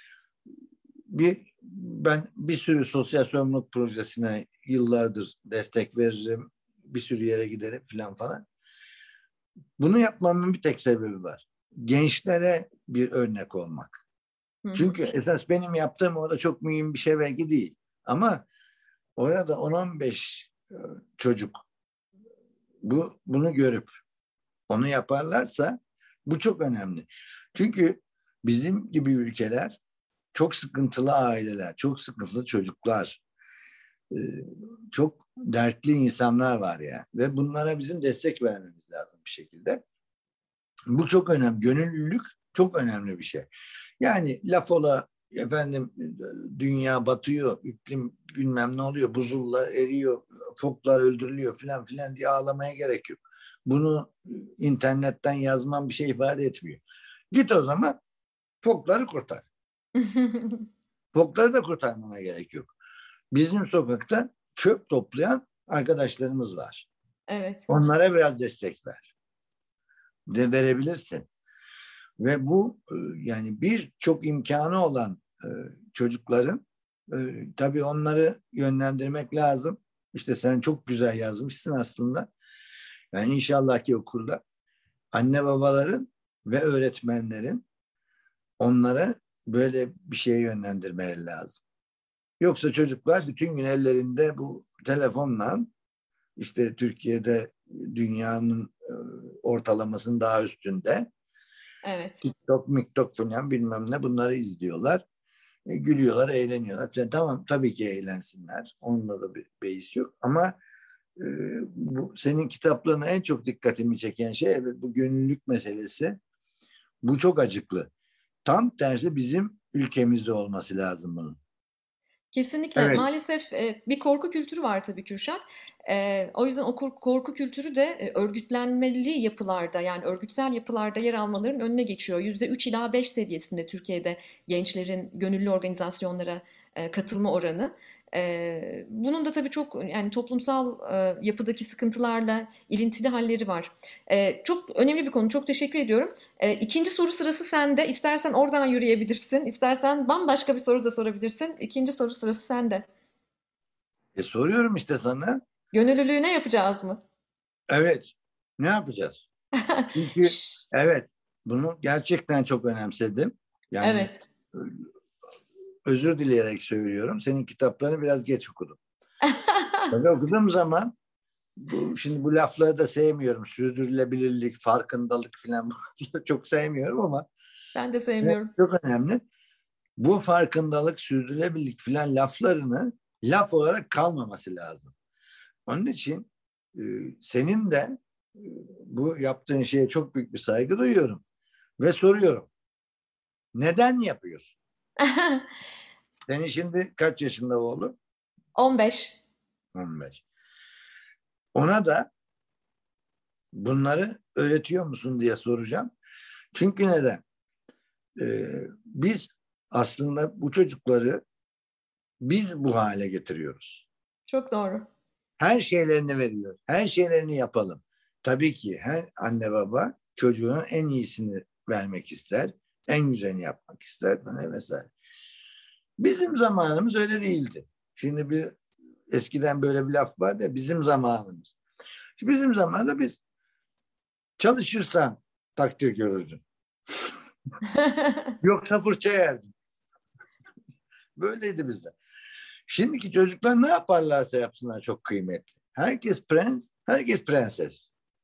Bir ben bir sürü sosyal sorumluluk projesine yıllardır destek veririm. Bir sürü yere giderim falan falan. Bunu yapmamın bir tek sebebi var. Gençlere bir örnek olmak.
Hı hı.
Çünkü esas benim yaptığım orada çok mühim bir şey belki değil. Ama orada on on beş e, çocuk bu bunu görüp onu yaparlarsa bu çok önemli. Çünkü bizim gibi ülkeler çok sıkıntılı aileler, çok sıkıntılı çocuklar, e, çok dertli insanlar var ya ve bunlara bizim destek vermemiz lazım bir şekilde. Bu çok önemli. Gönüllülük çok önemli bir şey. Yani laf ola efendim dünya batıyor, iklim bilmem ne oluyor, buzullar eriyor, foklar öldürülüyor filan filan diye ağlamaya gerek yok. Bunu internetten yazman bir şey ifade etmiyor. Git o zaman fokları kurtar. Fokları da kurtarmana gerek yok. Bizim sokakta çöp toplayan arkadaşlarımız var.
Evet.
Onlara biraz destek ver. De verebilirsin. Ve bu e, yani birçok imkanı olan e, çocukların e, tabii onları yönlendirmek lazım. İşte sen çok güzel yazmışsın aslında. Yani inşallah ki okurlar. Anne babaların ve öğretmenlerin onlara böyle bir şeye yönlendirmeleri lazım. Yoksa çocuklar bütün gün ellerinde bu telefonla işte Türkiye'de dünyanın e, ortalamasının daha üstünde
Evet.
TikTok, miktok falan bilmem ne bunları izliyorlar. E, gülüyorlar, eğleniyorlar falan. Tamam tabii ki eğlensinler. Onunla da bir beis yok. Ama e, bu senin kitaplarına en çok dikkatimi çeken şey evet bu gönüllülük meselesi. Bu çok acıklı. Tam tersi bizim ülkemizde olması lazım bunun.
Kesinlikle.
Evet.
Maalesef e, bir korku kültürü var tabii Kürşat. E, o yüzden o korku, korku kültürü de e, örgütlenmeli yapılarda, yani örgütsel yapılarda yer almaların önüne geçiyor. Yüzde üç ila beş seviyesinde Türkiye'de gençlerin gönüllü organizasyonlara e, katılma oranı. E, bunun da tabii çok, yani toplumsal e, yapıdaki sıkıntılarla ilintili halleri var. E, çok önemli bir konu. Çok teşekkür ediyorum. E, ikinci soru sırası sende. İstersen oradan yürüyebilirsin. İstersen bambaşka bir soru da sorabilirsin. İkinci soru sırası sende.
E, soruyorum işte sana.
Gönüllülüğü ne yapacağız mı?
Evet. Ne yapacağız? Çünkü evet bunu gerçekten çok önemsedim. Yani
Evet.
özür dileyerek söylüyorum. Senin kitaplarını biraz geç okudum. Tabii okuduğum zaman bu, şimdi bu lafları da sevmiyorum. Sürdürülebilirlik, farkındalık falan çok sevmiyorum ama
Ben de sevmiyorum.
çok önemli. Bu farkındalık, sürdürülebilirlik falan laflarını laf olarak kalmaması lazım. Onun için e, senin de e, bu yaptığın şeye çok büyük bir saygı duyuyorum ve soruyorum. Neden yapıyorsun? Senin şimdi kaç yaşında oğlum?
on beş.
on beş. Ona da bunları öğretiyor musun diye soracağım. Çünkü neden? Ee, biz aslında bu çocukları biz bu hale getiriyoruz.
Çok doğru.
Her şeylerini veriyor. Her şeylerini yapalım. Tabii ki her anne baba çocuğuna en iyisini vermek ister. En güzelini yapmak ister. Hani vesaire. Bizim zamanımız öyle değildi. Şimdi bir eskiden böyle bir laf var ya, bizim zamanımız. Şimdi bizim zamanında biz çalışırsan takdir görürdün. Yoksa fırça yerdin. Böyleydi bizde. Şimdiki çocuklar ne yaparlarsa yapsınlar çok kıymetli. Herkes prens, herkes prenses.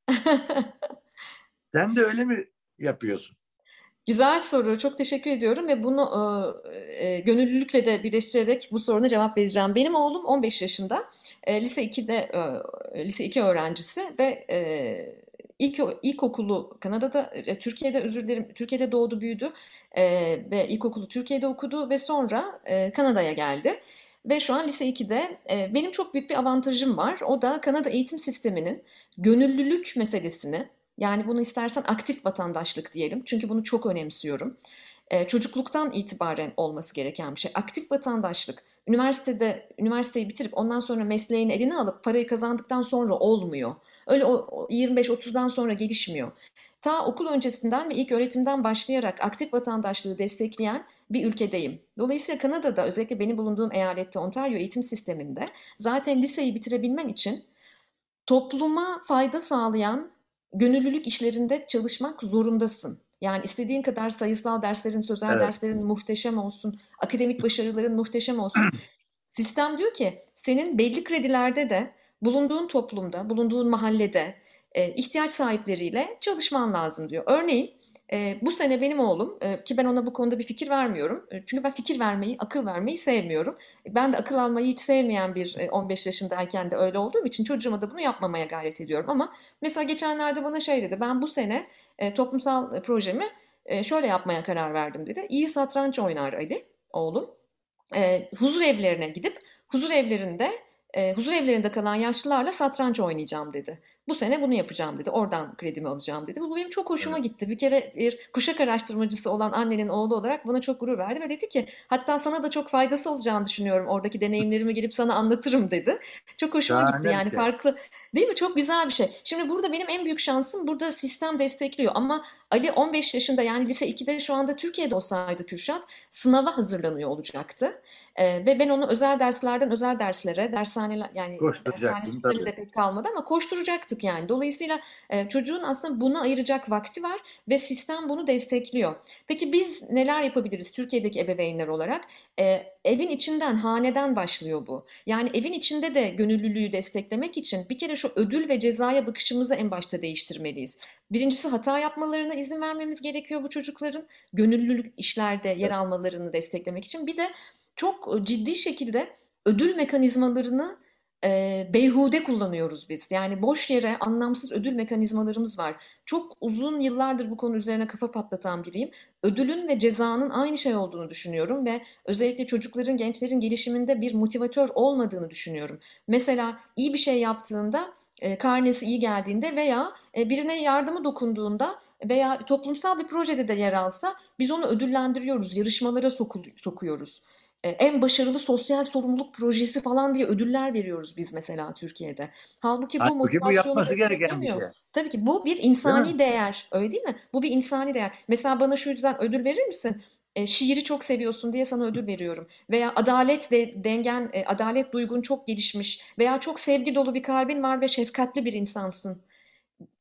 Sen de öyle mi yapıyorsun?
Güzel soru. Çok teşekkür ediyorum ve bunu e, e, gönüllülükle de birleştirerek bu soruna cevap vereceğim. Benim oğlum on beş yaşında. E, lise ikide e, lise iki öğrencisi ve e, ilk ilkokulu Kanada'da, e, Türkiye'de özür dilerim, Türkiye'de doğdu, büyüdü e, ve ilkokulu Türkiye'de okudu ve sonra e, Kanada'ya geldi. Ve şu an lise ikide. E, benim çok büyük bir avantajım var. O da Kanada eğitim sisteminin gönüllülük meselesini, yani bunu istersen aktif vatandaşlık diyelim. Çünkü bunu çok önemsiyorum. Ee, çocukluktan itibaren olması gereken bir şey. Aktif vatandaşlık. Üniversitede üniversiteyi bitirip ondan sonra mesleğini eline alıp parayı kazandıktan sonra olmuyor. Öyle o yirmi beş otuzdan sonra gelişmiyor. Ta okul öncesinden ve ilk öğretimden başlayarak aktif vatandaşlığı destekleyen bir ülkedeyim. Dolayısıyla Kanada'da, özellikle benim bulunduğum eyalette, Ontario eğitim sisteminde zaten liseyi bitirebilmen için topluma fayda sağlayan gönüllülük işlerinde çalışmak zorundasın. Yani istediğin kadar sayısal derslerin, sözel
Evet.
derslerin muhteşem olsun, akademik başarıların muhteşem olsun. Sistem diyor ki senin belli kredilerde de bulunduğun toplumda, bulunduğun mahallede e, ihtiyaç sahipleriyle çalışman lazım diyor. Örneğin e, bu sene benim oğlum, e, ki ben ona bu konuda bir fikir vermiyorum. E, çünkü ben fikir vermeyi, akıl vermeyi sevmiyorum. Ben de akıl almayı hiç sevmeyen bir e, on beş yaşındayken de öyle olduğum için çocuğuma da bunu yapmamaya gayret ediyorum. Ama mesela geçenlerde bana şey dedi, ben bu sene e, toplumsal projemi e, şöyle yapmaya karar verdim dedi. İyi satranç oynar Ali, oğlum. E, huzur evlerine gidip huzur evlerinde e, huzur evlerinde kalan yaşlılarla satranç oynayacağım dedi. Bu sene bunu yapacağım dedi. Oradan kredimi alacağım dedi. Bu benim çok hoşuma
Evet.
gitti. Bir kere bir kuşak araştırmacısı olan annenin oğlu olarak buna çok gurur verdi ve dedi ki hatta sana da çok faydası olacağını düşünüyorum. Oradaki deneyimlerimi gelip sana anlatırım dedi. Çok hoşuma gitti.
Şahane bir
Yani
şey.
farklı, değil mi? Çok güzel bir şey. Şimdi burada benim en büyük şansım, burada sistem destekliyor ama Ali on beş yaşında, yani lise ikide şu anda Türkiye'de olsaydı Kürşat, sınava hazırlanıyor olacaktı. Ee, ve ben onu özel derslerden özel derslere, dershaneler, yani dershane
Koşturacaktın
sistemi
tabii.
de pek kalmadı ama koşturacaktık yani. Dolayısıyla e, çocuğun aslında buna ayıracak vakti var ve sistem bunu destekliyor. Peki biz neler yapabiliriz Türkiye'deki ebeveynler olarak? E, evin içinden, haneden başlıyor bu. Yani evin içinde de gönüllülüğü desteklemek için bir kere şu ödül ve cezaya bakışımızı en başta değiştirmeliyiz. Birincisi, hata yapmalarına izin vermemiz gerekiyor bu çocukların. Gönüllülük işlerde yer
Evet.
almalarını desteklemek için. Bir de çok ciddi şekilde ödül mekanizmalarını e, beyhude kullanıyoruz biz. Yani boş yere anlamsız ödül mekanizmalarımız var. Çok uzun yıllardır bu konu üzerine kafa patlatan biriyim. Ödülün ve cezanın aynı şey olduğunu düşünüyorum ve özellikle çocukların, gençlerin gelişiminde bir motivatör olmadığını düşünüyorum. Mesela iyi bir şey yaptığında, e, karnesi iyi geldiğinde veya e, birine yardımı dokunduğunda veya toplumsal bir projede de yer alsa biz onu ödüllendiriyoruz, yarışmalara sokuyoruz. E, en başarılı sosyal sorumluluk projesi falan diye ödüller veriyoruz biz mesela Türkiye'de. Halbuki bu
Halbuki bu
motivasyonu
yapması gereken bir
desteklemiyor.
şey.
Tabii ki bu bir
Değil mi?
insani değer, öyle değil mi? Bu bir insani değer. Mesela bana şu yüzden ödül verir misin? E, şiiri çok seviyorsun diye sana ödül veriyorum. Veya adalet ve dengen, e, adalet duygun çok gelişmiş veya çok sevgi dolu bir kalbin var ve şefkatli bir insansın.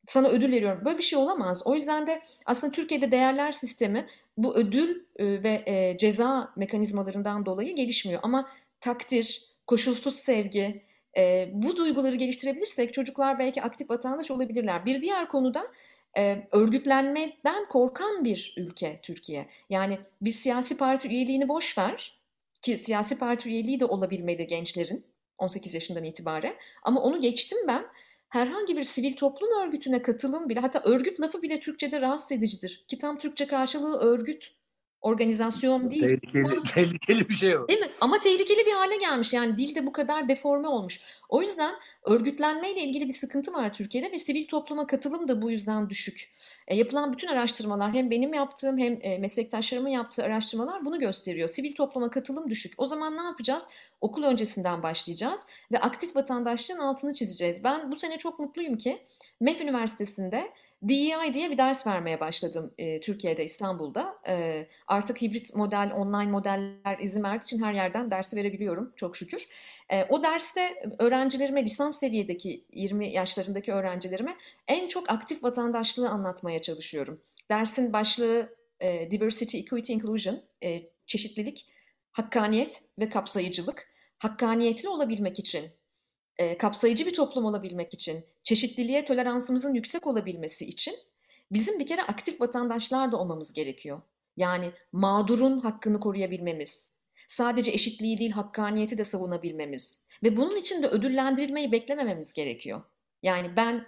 sana ödül veriyorum. Böyle bir şey olamaz. O yüzden de aslında Türkiye'de değerler sistemi bu ödül e, ve e, ceza mekanizmalarından dolayı gelişmiyor. Ama takdir, koşulsuz sevgi, e, bu duyguları geliştirebilirsek çocuklar belki aktif vatandaş olabilirler. Bir diğer konuda e, örgütlenmeden korkan bir ülke Türkiye. Yani bir siyasi parti üyeliğini boş ver ki siyasi parti üyeliği de olabilmeli gençlerin on sekiz yaşından itibaren. Ama onu geçtim ben. Herhangi bir sivil toplum örgütüne katılım bile, hatta örgüt lafı bile Türkçe'de rahatsız edicidir. Ki tam Türkçe karşılığı örgüt, organizasyon değil.
Tehlikeli, tehlikeli bir şey o.
Değil mi? Ama tehlikeli bir hale gelmiş. Yani dilde bu kadar deforme olmuş. O yüzden örgütlenmeyle ilgili bir sıkıntı var Türkiye'de ve sivil topluma katılım da bu yüzden düşük. E, yapılan bütün araştırmalar, hem benim yaptığım hem e, meslektaşlarımın yaptığı araştırmalar bunu gösteriyor. Sivil topluma katılım düşük. O zaman ne yapacağız? Okul öncesinden başlayacağız ve aktif vatandaşlığın altını çizeceğiz. Ben bu sene çok mutluyum ki M E F Üniversitesi'nde D E I diye bir ders vermeye başladım e, Türkiye'de, İstanbul'da. E, artık hibrit model, online modeller izin verdiği için her yerden dersi verebiliyorum çok şükür. E, o derste öğrencilerime, lisans seviyedeki yirmi yaşlarındaki öğrencilerime en çok aktif vatandaşlığı anlatmaya çalışıyorum. Dersin başlığı e, Diversity, Equity, Inclusion, e, çeşitlilik, hakkaniyet ve kapsayıcılık. Hakkaniyetli olabilmek için, e, kapsayıcı bir toplum olabilmek için, çeşitliliğe toleransımızın yüksek olabilmesi için bizim bir kere aktif vatandaşlar da olmamız gerekiyor. Yani mağdurun hakkını koruyabilmemiz, sadece eşitliği değil hakkaniyeti de savunabilmemiz ve bunun için de ödüllendirilmeyi beklemememiz gerekiyor. Yani ben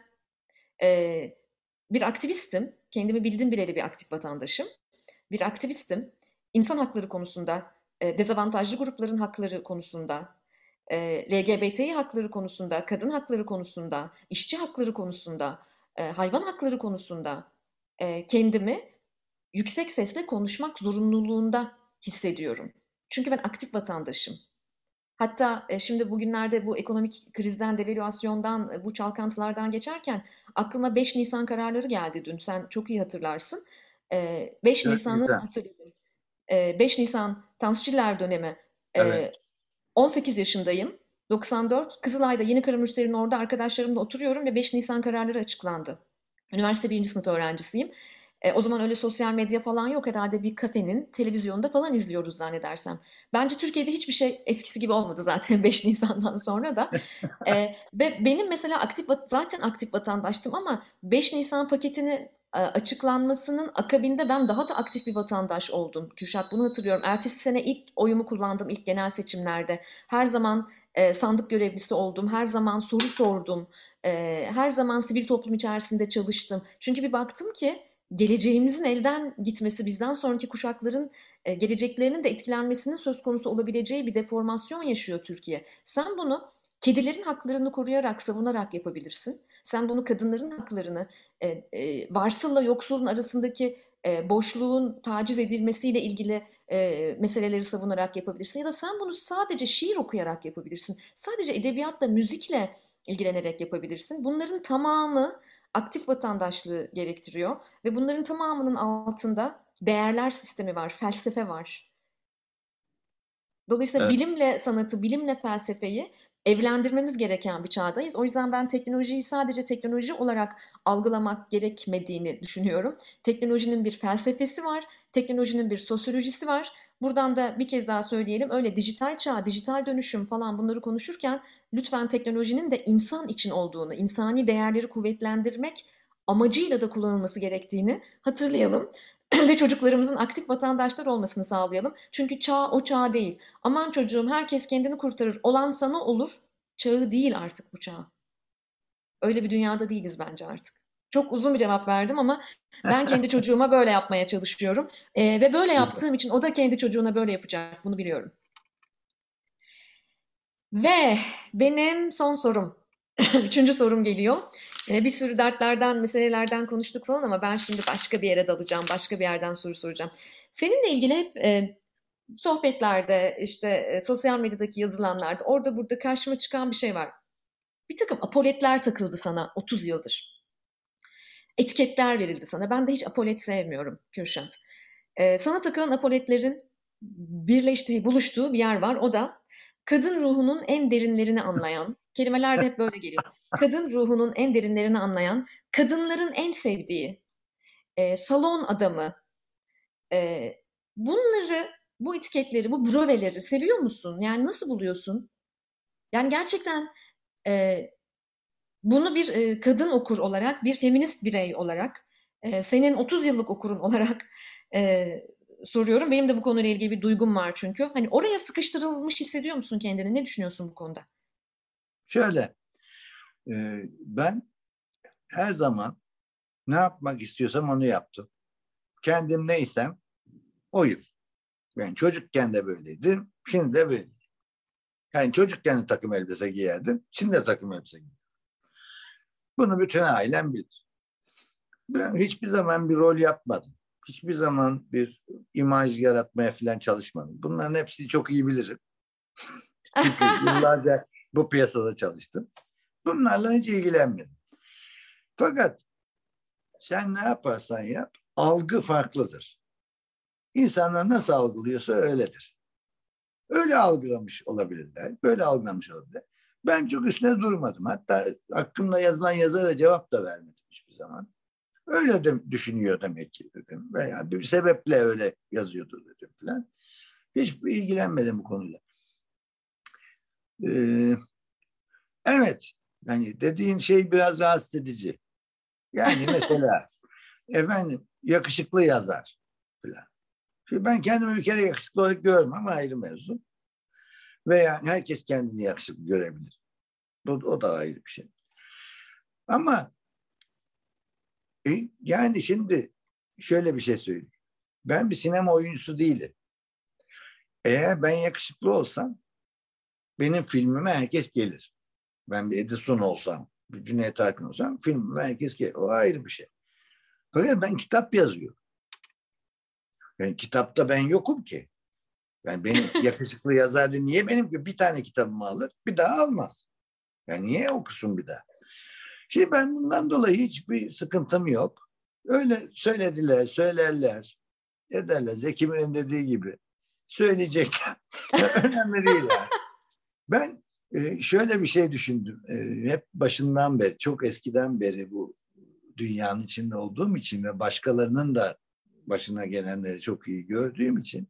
e, bir aktivistim, kendimi bildim bileli bir aktif vatandaşım, bir aktivistim, insan hakları konusunda, e, dezavantajlı grupların hakları konusunda, e, L G B T İ hakları konusunda, kadın hakları konusunda, işçi hakları konusunda, e, hayvan hakları konusunda e, kendimi yüksek sesle konuşmak zorunluluğunda hissediyorum. Çünkü ben aktif vatandaşım. Hatta e, şimdi bugünlerde bu ekonomik krizden, devalüasyondan, e, bu çalkantılardan geçerken aklıma beş Nisan kararları geldi dün. Sen çok iyi hatırlarsın. E, beş
dört
Nisan'ın
Nisan.
hatırladım. E, beş Nisan Tansu Çiller dönemi.
Evet.
E, on sekiz yaşındayım. doksan dört. Kızılay'da Yenikara Mürseli'nin orada arkadaşlarımla oturuyorum ve beş Nisan kararları açıklandı. Üniversite birinci sınıf öğrencisiyim. E, o zaman öyle sosyal medya falan yok. Herhalde bir kafenin televizyonda falan izliyoruz zannedersem. Bence Türkiye'de hiçbir şey eskisi gibi olmadı zaten beş Nisan'dan sonra da. E, ve benim mesela aktif zaten aktif vatandaştım ama beş Nisan paketini e, açıklanmasının akabinde ben daha da aktif bir vatandaş oldum. Kürşat, bunu hatırlıyorum. Ertesi sene ilk oyumu kullandım ilk genel seçimlerde. Her zaman e, sandık görevlisi oldum. Her zaman soru sordum. E, her zaman sivil toplum içerisinde çalıştım. Çünkü bir baktım ki geleceğimizin elden gitmesi, bizden sonraki kuşakların e, geleceklerinin de etkilenmesinin söz konusu olabileceği bir deformasyon yaşıyor Türkiye. Sen bunu kedilerin haklarını koruyarak, savunarak yapabilirsin. Sen bunu kadınların haklarını, e, e, varsılla yoksulun arasındaki e, boşluğun taciz edilmesiyle ilgili e, meseleleri savunarak yapabilirsin. Ya da sen bunu sadece şiir okuyarak yapabilirsin. Sadece edebiyatla, müzikle ilgilenerek yapabilirsin. Bunların tamamı aktif vatandaşlığı gerektiriyor ve bunların tamamının altında değerler sistemi var, felsefe var. Dolayısıyla
Evet.
bilimle sanatı, bilimle felsefeyi evlendirmemiz gereken bir çağdayız. O yüzden ben teknolojiyi sadece teknoloji olarak algılamak gerekmediğini düşünüyorum. Teknolojinin bir felsefesi var, teknolojinin bir sosyolojisi var. Buradan da bir kez daha söyleyelim. Öyle dijital çağ, dijital dönüşüm falan bunları konuşurken lütfen teknolojinin de insan için olduğunu, insani değerleri kuvvetlendirmek amacıyla da kullanılması gerektiğini hatırlayalım. Ve çocuklarımızın aktif vatandaşlar olmasını sağlayalım. Çünkü çağ o çağ değil. Aman çocuğum herkes kendini kurtarır. Olan sana olur. Çağı değil artık bu çağ. Öyle bir dünyada değiliz bence artık. Çok uzun bir cevap verdim ama ben kendi çocuğuma böyle yapmaya çalışıyorum. Ee, ve böyle
Süper.
yaptığım için o da kendi çocuğuna böyle yapacak. Bunu biliyorum. Ve benim son sorum. Üçüncü sorum geliyor. Ee, bir sürü dertlerden, meselelerden konuştuk falan ama ben şimdi başka bir yere dalacağım. Başka bir yerden soru soracağım. Seninle ilgili hep e, sohbetlerde, işte e, sosyal medyadaki yazılanlarda, orada burada karşıma çıkan bir şey var. Bir takım apoletler takıldı sana otuz yıldır. Etiketler verildi sana. Ben de hiç apolet sevmiyorum Kürşat. Ee, sana takılan apoletlerin birleştiği, buluştuğu bir yer var. O da kadın ruhunun en derinlerini anlayan, Kelimeler de hep böyle geliyor. Kadın ruhunun en derinlerini anlayan, kadınların en sevdiği, e, salon adamı. E, bunları, bu etiketleri, bu broveleri seviyor musun? Yani nasıl buluyorsun? Yani gerçekten e, bunu bir e, kadın okur olarak, bir feminist birey olarak, e, senin otuz yıllık okurun olarak e, soruyorum. Benim de bu konuyla ilgili bir duygum var çünkü. Hani oraya sıkıştırılmış hissediyor musun kendini? Ne düşünüyorsun bu konuda?
Şöyle, e, ben her zaman ne yapmak istiyorsam onu yaptım. Kendim neysem oyum. Ben çocukken de böyleydim, şimdi de böyle. Yani çocukken de takım elbise giyerdim, şimdi de takım elbise giyiyorum. Bunu bütün ailem bilir. Ben hiçbir zaman bir rol yapmadım. Hiçbir zaman bir imaj yaratmaya falan çalışmadım. Bunların hepsini çok iyi bilirim. Çünkü yıllarca bu piyasada çalıştım. Bunlarla hiç ilgilenmedim. Fakat sen ne yaparsan yap, algı farklıdır. İnsanlar nasıl algılıyorsa öyledir. Öyle algılamış olabilirler, böyle algılamış olabilirler. Ben çok üstüne durmadım. Hatta hakkımda yazılan yazıya cevap da vermedim hiçbir zaman. Öyle de düşünüyor demek ki dedim. Veya bir sebeple öyle yazıyordu dedim falan. Hiç ilgilenmedim bu konuyla. Ee, evet, yani dediğin şey biraz rahatsız edici. Yani mesela efendim yakışıklı yazar falan. Şimdi ben kendimi bir kere yakışıklı olarak görmem ama ayrı mevzu. Veya herkes kendini yakışıklı görebilir. Bu, o da ayrı bir şey. Ama e, yani şimdi şöyle bir şey söyleyeyim. Ben bir sinema oyuncusu değilim. Eğer ben yakışıklı olsam benim filmime herkes gelir. Ben bir Edison olsam, bir Cüneyt Arkın olsam filmime herkes gelir. O ayrı bir şey. Fakat ben kitap yazıyorum. Yani kitapta ben yokum ki. Yani beni yakışıklı yazar diye niye benim bir tane kitabımı alır, bir daha almaz. Yani niye okusun bir daha? Şimdi ben bundan dolayı hiçbir sıkıntım yok. Öyle söylediler, söylerler, ederler. Zeki Müren'in dediği gibi. Söyleyecekler. Önemli değil yani. Ben e, şöyle bir şey düşündüm. E, hep başından beri, çok eskiden beri bu dünyanın içinde olduğum için ve başkalarının da başına gelenleri çok iyi gördüğüm için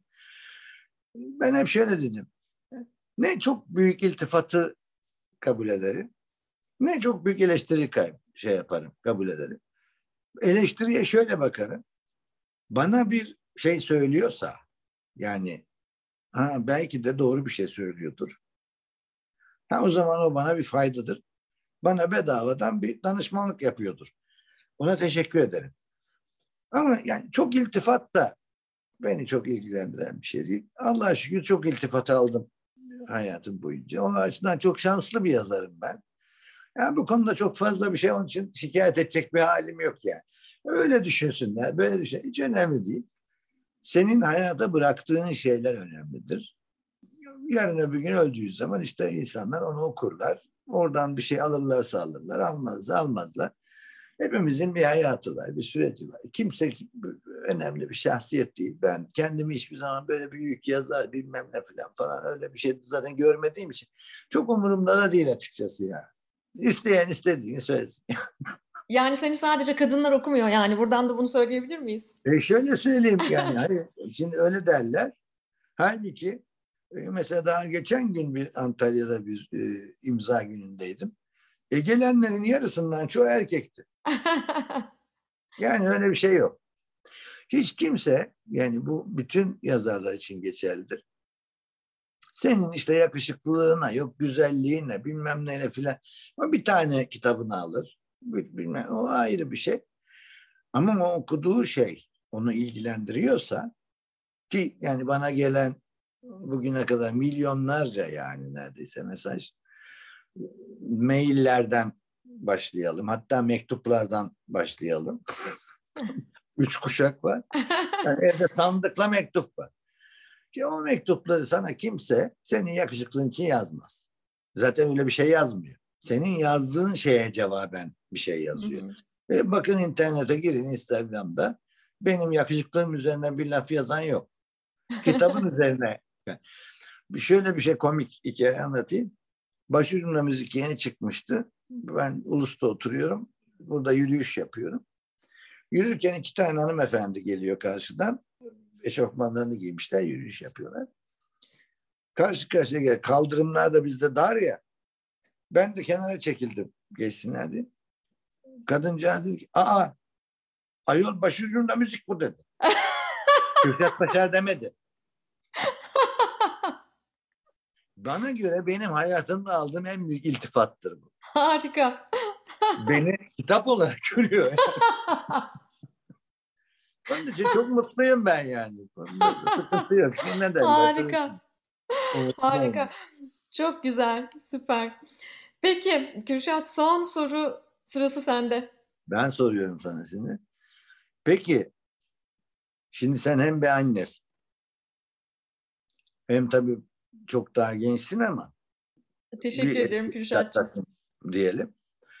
ben hep şöyle dedim. Ne çok büyük iltifatı kabul ederim, ne çok büyük eleştiri şey yaparım, kabul ederim. Eleştiriye şöyle bakarım. Bana bir şey söylüyorsa, yani ha, belki de doğru bir şey söylüyordur. Ha, o zaman o bana bir faydadır. Bana bedavadan bir danışmanlık yapıyordur. Ona teşekkür ederim. Ama yani çok iltifat da beni çok ilgilendiren bir şey değil. Allah'a şükür çok iltifat aldım hayatım boyunca. O açıdan çok şanslı bir yazarım ben. Yani bu konuda çok fazla bir şey onun için şikayet edecek bir halim yok yani. Öyle düşünsünler, böyle düşün. Hiç önemli değil. Senin hayata bıraktığın şeyler önemlidir. Yarın öbür gün öldüğü zaman işte insanlar onu okurlar. Oradan bir şey alırlarsa alırlar, almazsa almazlar. Hepimizin bir hayatı var, bir süreci var. Kimse önemli bir şahsiyet değil. Ben kendimi hiçbir zaman böyle büyük yazar bilmem ne falan falan öyle bir şey zaten görmediğim için çok umurumda da değil açıkçası ya. İsteyen istediğini söylesin.
Yani seni sadece kadınlar okumuyor yani. Buradan da bunu söyleyebilir miyiz?
E şöyle söyleyeyim yani. Hani şimdi öyle derler. Halbuki e, mesela daha geçen gün bir Antalya'da bir e, imza günündeydim. E gelenlerin yarısından çoğu erkekti. Yani öyle bir şey yok. Hiç kimse, yani bu bütün yazarlar için geçerlidir. Senin işte yakışıklılığına, yok güzelliğine, bilmem neyle filan. O bir tane kitabını alır. Bilmem, o ayrı bir şey. Ama o okuduğu şey onu ilgilendiriyorsa, ki yani bana gelen bugüne kadar milyonlarca, yani neredeyse mesaj, maillerden başlayalım. Hatta mektuplardan başlayalım. Üç kuşak var. Yani evde sandıkla mektup var. Ki o mektupları sana kimse senin yakışıklığın için yazmaz. Zaten öyle bir şey yazmıyor. Senin yazdığın şeye cevaben bir şey yazıyor. E bakın internete girin, Instagram'da benim yakışıklığım üzerinden bir laf yazan yok. Kitabın üzerine. Şöyle bir şey, komik hikaye anlatayım. Başucumda müzik yeni çıkmıştı. Ben Ulus'ta oturuyorum. Burada yürüyüş yapıyorum. Yürürken iki tane hanımefendi geliyor karşıdan. Eşofmanlarını giymişler, yürüyüş yapıyorlar. Karşı karşıya gel. Kaldırımlar da bizde dar ya. Ben de kenara çekildim. Geçsinler diye. Kadıncağız dedi ki, aa, ayol başucumda müzik bu dedi. Kürşat Paşa demedi. Bana göre benim hayatımda aldığım en büyük iltifattır bu.
Harika.
Beni kitap olarak görüyor. Yani. Onun için çok mutluyum ben yani. Sıkıntı yok. Ne derler?
Harika. Harika. Çok güzel. Süper. Peki Kürşat, son soru sırası sende.
Ben soruyorum sana şimdi. Peki şimdi sen hem bir annesin hem tabii çok daha gençsin ama
Teşekkür
bir
ederim Kürşat'cığım.
diyelim.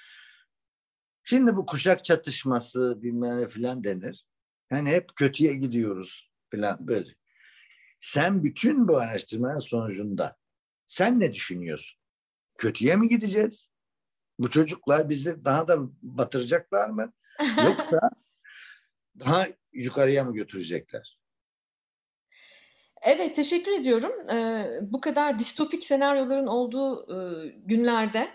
Şimdi bu kuşak çatışması bilmem ne filan denir. Yani hep kötüye gidiyoruz filan böyle. Sen bütün bu araştırmanın sonucunda sen ne düşünüyorsun? Kötüye mi gideceğiz? Bu çocuklar bizi daha da batıracaklar mı? Yoksa daha yukarıya mı götürecekler?
Evet, teşekkür ediyorum. Ee, bu kadar distopik senaryoların olduğu e, günlerde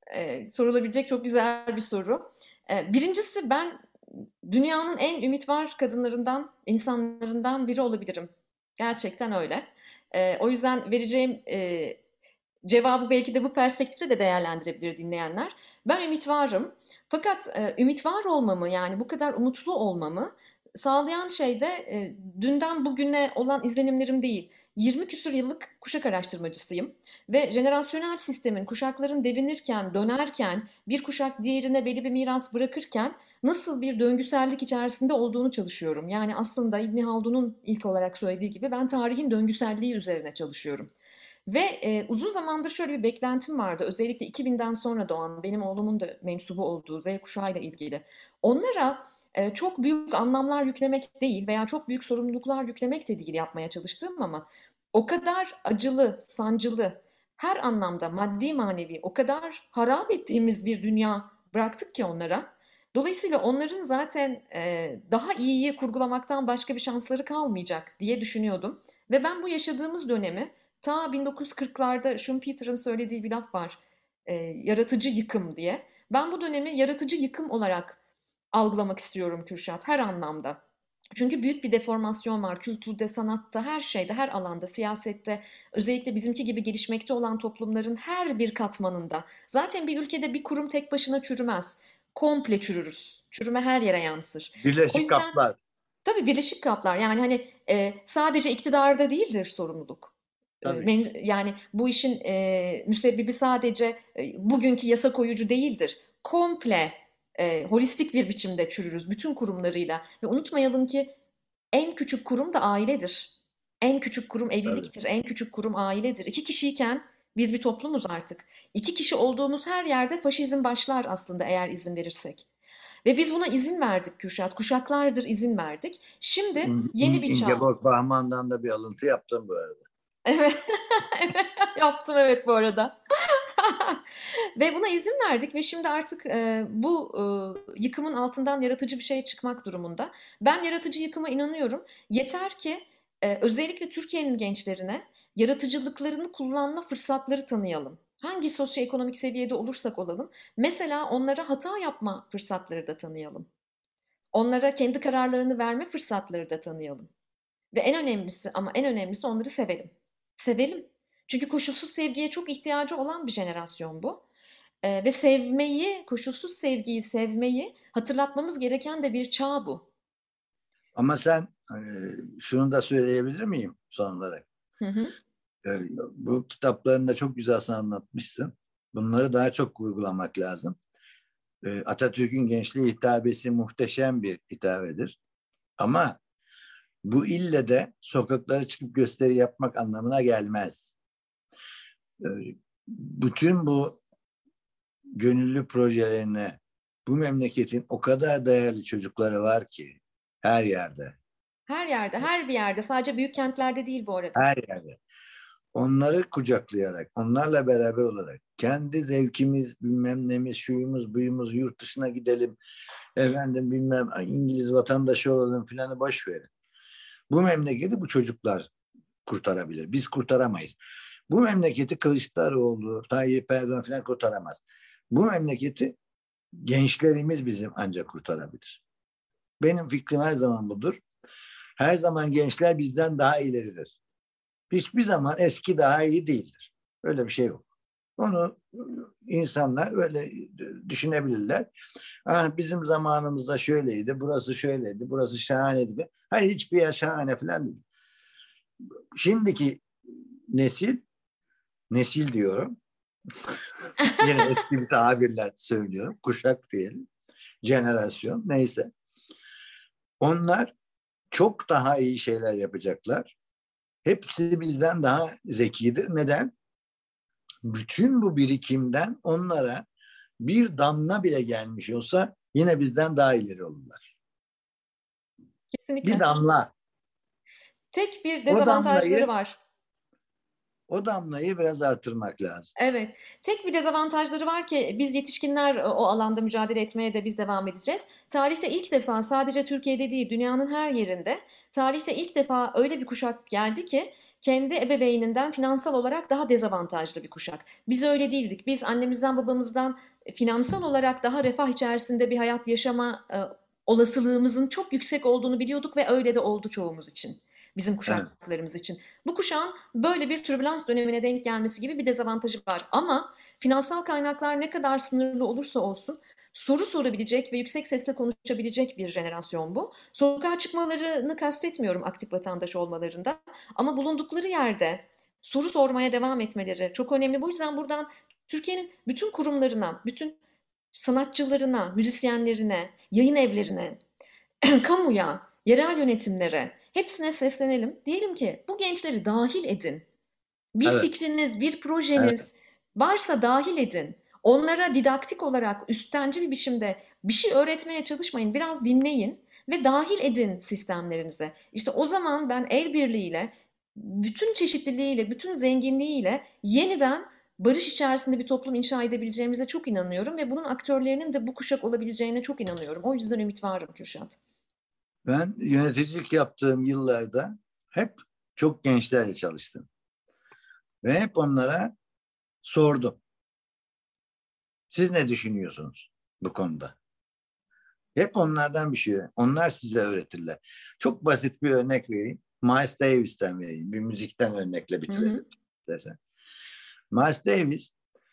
e, sorulabilecek çok güzel bir soru. E, birincisi, ben dünyanın en ümit var kadınlarından, insanlarından biri olabilirim. Gerçekten öyle. E, o yüzden vereceğim e, cevabı belki de bu perspektifte de değerlendirebilir dinleyenler. Ben ümit varım. Fakat e, ümit var olmamı, yani bu kadar umutlu olmamı sağlayan şey de e, dünden bugüne olan izlenimlerim değil. yirmi küsur yıllık kuşak araştırmacısıyım ve jenerasyonel sistemin, kuşakların devinirken, dönerken, bir kuşak diğerine belli bir miras bırakırken nasıl bir döngüsellik içerisinde olduğunu çalışıyorum. Yani aslında İbn Haldun'un ilk olarak söylediği gibi ben tarihin döngüselliği üzerine çalışıyorum. Ve e, uzun zamandır şöyle bir beklentim vardı. Özellikle iki binden sonra doğan, benim oğlumun da mensubu olduğu Z kuşağıyla ilgili. Onlara e, çok büyük anlamlar yüklemek değil veya çok büyük sorumluluklar yüklemek de değil yapmaya çalıştığım, ama o kadar acılı, sancılı, her anlamda maddi manevi o kadar harap ettiğimiz bir dünya bıraktık ki onlara. Dolayısıyla onların zaten e, daha iyiyi kurgulamaktan başka bir şansları kalmayacak diye düşünüyordum. Ve ben bu yaşadığımız dönemi ta bin dokuz yüz kırklarda Schumpeter'ın söylediği bir laf var. E, yaratıcı yıkım diye. Ben bu dönemi yaratıcı yıkım olarak algılamak istiyorum Kürşat, her anlamda. Çünkü büyük bir deformasyon var kültürde, sanatta, her şeyde, her alanda, siyasette, özellikle bizimki gibi gelişmekte olan toplumların her bir katmanında. Zaten bir ülkede bir kurum tek başına çürümez. Komple çürürüz. Çürüme her yere yansır. O
Birleşik
yüzden
Kaplar.
tabii birleşik kaplar, yani hani e, sadece iktidarda değildir sorumluluk. E,
Tabii ki.
yani bu işin e, müsebbibi sadece e, bugünkü yasa koyucu değildir. Komple e, holistik bir biçimde çürürüz bütün kurumlarıyla. Ve unutmayalım ki en küçük kurum da ailedir. En küçük kurum
Tabii.
evliliktir. En küçük kurum ailedir. İki kişiyken biz bir toplumuz artık. İki kişi olduğumuz her yerde faşizm başlar aslında, eğer izin verirsek. Ve biz buna izin verdik Kürşat. Kuşaklardır izin verdik. Şimdi
İn,
yeni
İn,
bir çağ.
İngeborg Bachmann'dan da bir alıntı yaptım bu arada.
Evet, yaptım evet bu arada. Ve buna izin verdik ve şimdi artık e, bu e, yıkımın altından yaratıcı bir şey çıkmak durumunda. Ben yaratıcı yıkıma inanıyorum. Yeter ki e, özellikle Türkiye'nin gençlerine yaratıcılıklarını kullanma fırsatları tanıyalım. Hangi sosyoekonomik seviyede olursak olalım. Mesela onlara hata yapma fırsatları da tanıyalım. Onlara kendi kararlarını verme fırsatları da tanıyalım. Ve en önemlisi, ama en önemlisi, onları sevelim. Sevelim. Çünkü koşulsuz sevgiye çok ihtiyacı olan bir jenerasyon bu. Ee, ve sevmeyi, koşulsuz sevgiyi sevmeyi hatırlatmamız gereken de bir çağ bu.
Ama sen e, şunu da söyleyebilir miyim son olarak?
Hı hı.
E, bu kitaplarında çok güzel sen anlatmışsın. Bunları daha çok uygulamak lazım. E, Atatürk'ün gençliğe hitabesi muhteşem bir hitabedir. Ama bu ille de sokaklara çıkıp gösteri yapmak anlamına gelmez. E, bütün bu gönüllü projelerine bu memleketin o kadar değerli çocukları var ki her yerde.
Her yerde, her bir yerde. Sadece büyük kentlerde değil bu arada.
Her yerde. onları kucaklayarak, onlarla beraber olarak kendi zevkimiz, bilmem nemiz, şuyumuz, buyumuz, yurt dışına gidelim, efendim bilmem İngiliz vatandaşı olalım filanı boş verin. Bu memleketi bu çocuklar kurtarabilir. Biz kurtaramayız. Bu memleketi Kılıçdaroğlu, Tayyip Erdoğan filan kurtaramaz. Bu memleketi gençlerimiz bizim ancak kurtarabilir. Benim fikrim her zaman budur. Her zaman gençler bizden daha ileridir. Hiçbir zaman eski daha iyi değildir. Öyle bir şey yok. Onu insanlar öyle düşünebilirler. Ha, bizim zamanımızda şöyleydi, burası şöyleydi, burası şahaneydi. Hayır, hiçbir yer şahane falan değil. Şimdiki nesil, nesil diyorum. Yine eski bir tabirle söylüyorum. Kuşak diyelim. Jenerasyon neyse. Onlar çok daha iyi şeyler yapacaklar. Hepsi bizden daha zekidir. Neden? Bütün bu birikimden onlara bir damla bile gelmiş olsa yine bizden daha ileri olurlar.
Kesinlikle.
Bir damla.
Tek bir
O
dezavantajları
damlayı,
var.
o damlayı biraz artırmak lazım.
Evet. Tek bir dezavantajları var ki biz yetişkinler o alanda mücadele etmeye de biz devam edeceğiz. Tarihte ilk defa sadece Türkiye'de değil dünyanın her yerinde tarihte ilk defa öyle bir kuşak geldi ki kendi ebeveyninden finansal olarak daha dezavantajlı bir kuşak. Biz öyle değildik. Biz annemizden babamızdan finansal olarak daha refah içerisinde bir hayat yaşama e, olasılığımızın çok yüksek olduğunu biliyorduk ve öyle de oldu çoğumuz için. Bizim kuşaklarımız evet. için. Bu kuşağın böyle bir türbülans dönemine denk gelmesi gibi bir dezavantajı var. Ama finansal kaynaklar ne kadar sınırlı olursa olsun soru sorabilecek ve yüksek sesle konuşabilecek bir jenerasyon bu. Sokağa çıkmalarını kastetmiyorum aktif vatandaş olmalarında. Ama bulundukları yerde soru sormaya devam etmeleri çok önemli. Bu yüzden buradan Türkiye'nin bütün kurumlarına, bütün sanatçılarına, müzisyenlerine, yayın evlerine, kamuya, yerel yönetimlere hepsine seslenelim. Diyelim ki bu gençleri dahil edin. Bir evet. fikriniz, bir projeniz evet. varsa dahil edin. Onlara didaktik olarak üstenci bir biçimde bir şey öğretmeye çalışmayın. Biraz dinleyin ve dahil edin sistemlerinize. İşte o zaman ben el birliğiyle, bütün çeşitliliğiyle, bütün zenginliğiyle yeniden barış içerisinde bir toplum inşa edebileceğimize çok inanıyorum ve bunun aktörlerinin de bu kuşak olabileceğine çok inanıyorum. O yüzden ümit varım Kürşat.
Ben yöneticilik yaptığım yıllarda hep çok gençlerle çalıştım. Ve hep onlara sordum. Siz ne düşünüyorsunuz bu konuda? Hep onlardan bir şey. Onlar size öğretirler. Çok basit bir örnek vereyim. Miles Davis'ten vereyim. Bir müzikten örnekle bitirelim. Hı hı. Miles Davis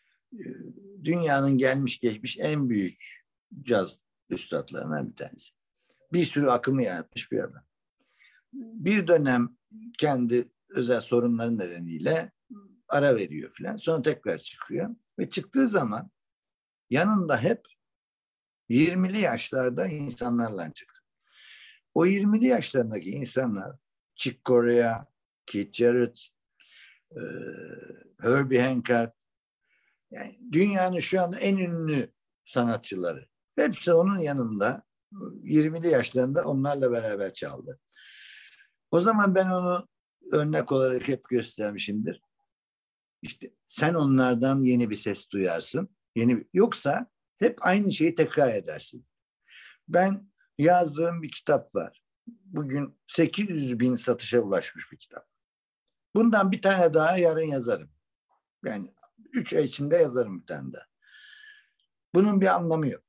dünyanın gelmiş geçmiş en büyük caz üstadlarından bir tanesi. Bir sürü akımı yaratmış bir adam. Bir dönem kendi özel sorunları nedeniyle ara veriyor filan. Sonra tekrar çıkıyor. Ve çıktığı zaman yanında hep yirmili yaşlarda insanlarla çıktı. O yirmili yaşlarındaki insanlar Chick Corea, Keith Jarrett, e, Herbie Hancock, yani dünyanın şu anda en ünlü sanatçıları. Hepsi onun yanında yirmili yaşlarında onlarla beraber çaldı. O zaman ben onu örnek olarak hep göstermişimdir. İşte sen onlardan yeni bir ses duyarsın. Yeni bir, yoksa hep aynı şeyi tekrar edersin. Ben yazdığım bir kitap var. Bugün sekiz yüz bin satışa ulaşmış bir kitap. Bundan bir tane daha yarın yazarım. Yani üç ay içinde yazarım bir tane daha. Bunun bir anlamı yok.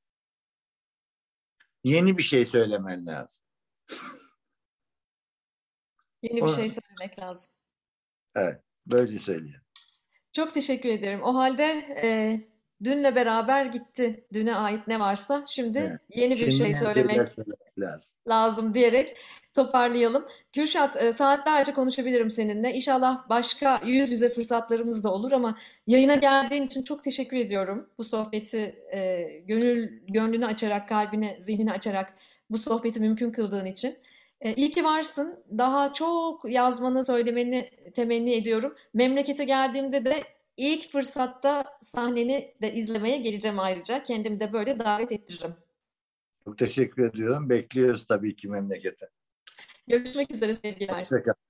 Yeni bir şey söylemen lazım.
Yeni bir şey söylemek lazım.
Evet, böyle söyleyeyim.
Çok teşekkür ederim. O halde e, dünle beraber gitti. Düne ait ne varsa şimdi evet. yeni bir
şimdi
şey söylemek
lazım.
lazım diyerek toparlayalım. Kürşat, e, saatlerce konuşabilirim seninle. İnşallah başka yüz yüze fırsatlarımız da olur ama yayına geldiğin için çok teşekkür ediyorum. Bu sohbeti e, gönül gönlünü açarak, kalbini, zihnini açarak bu sohbeti mümkün kıldığın için. E, iyi ki varsın. Daha çok yazmanı, söylemeni temenni ediyorum. Memlekete geldiğimde de ilk fırsatta sahneni de izlemeye geleceğim ayrıca. Kendimi de böyle davet ettiririm.
Çok teşekkür ediyorum. Bekliyoruz tabii ki memlekete.
Görüşmek üzere sevgiler.
Hoşçakal.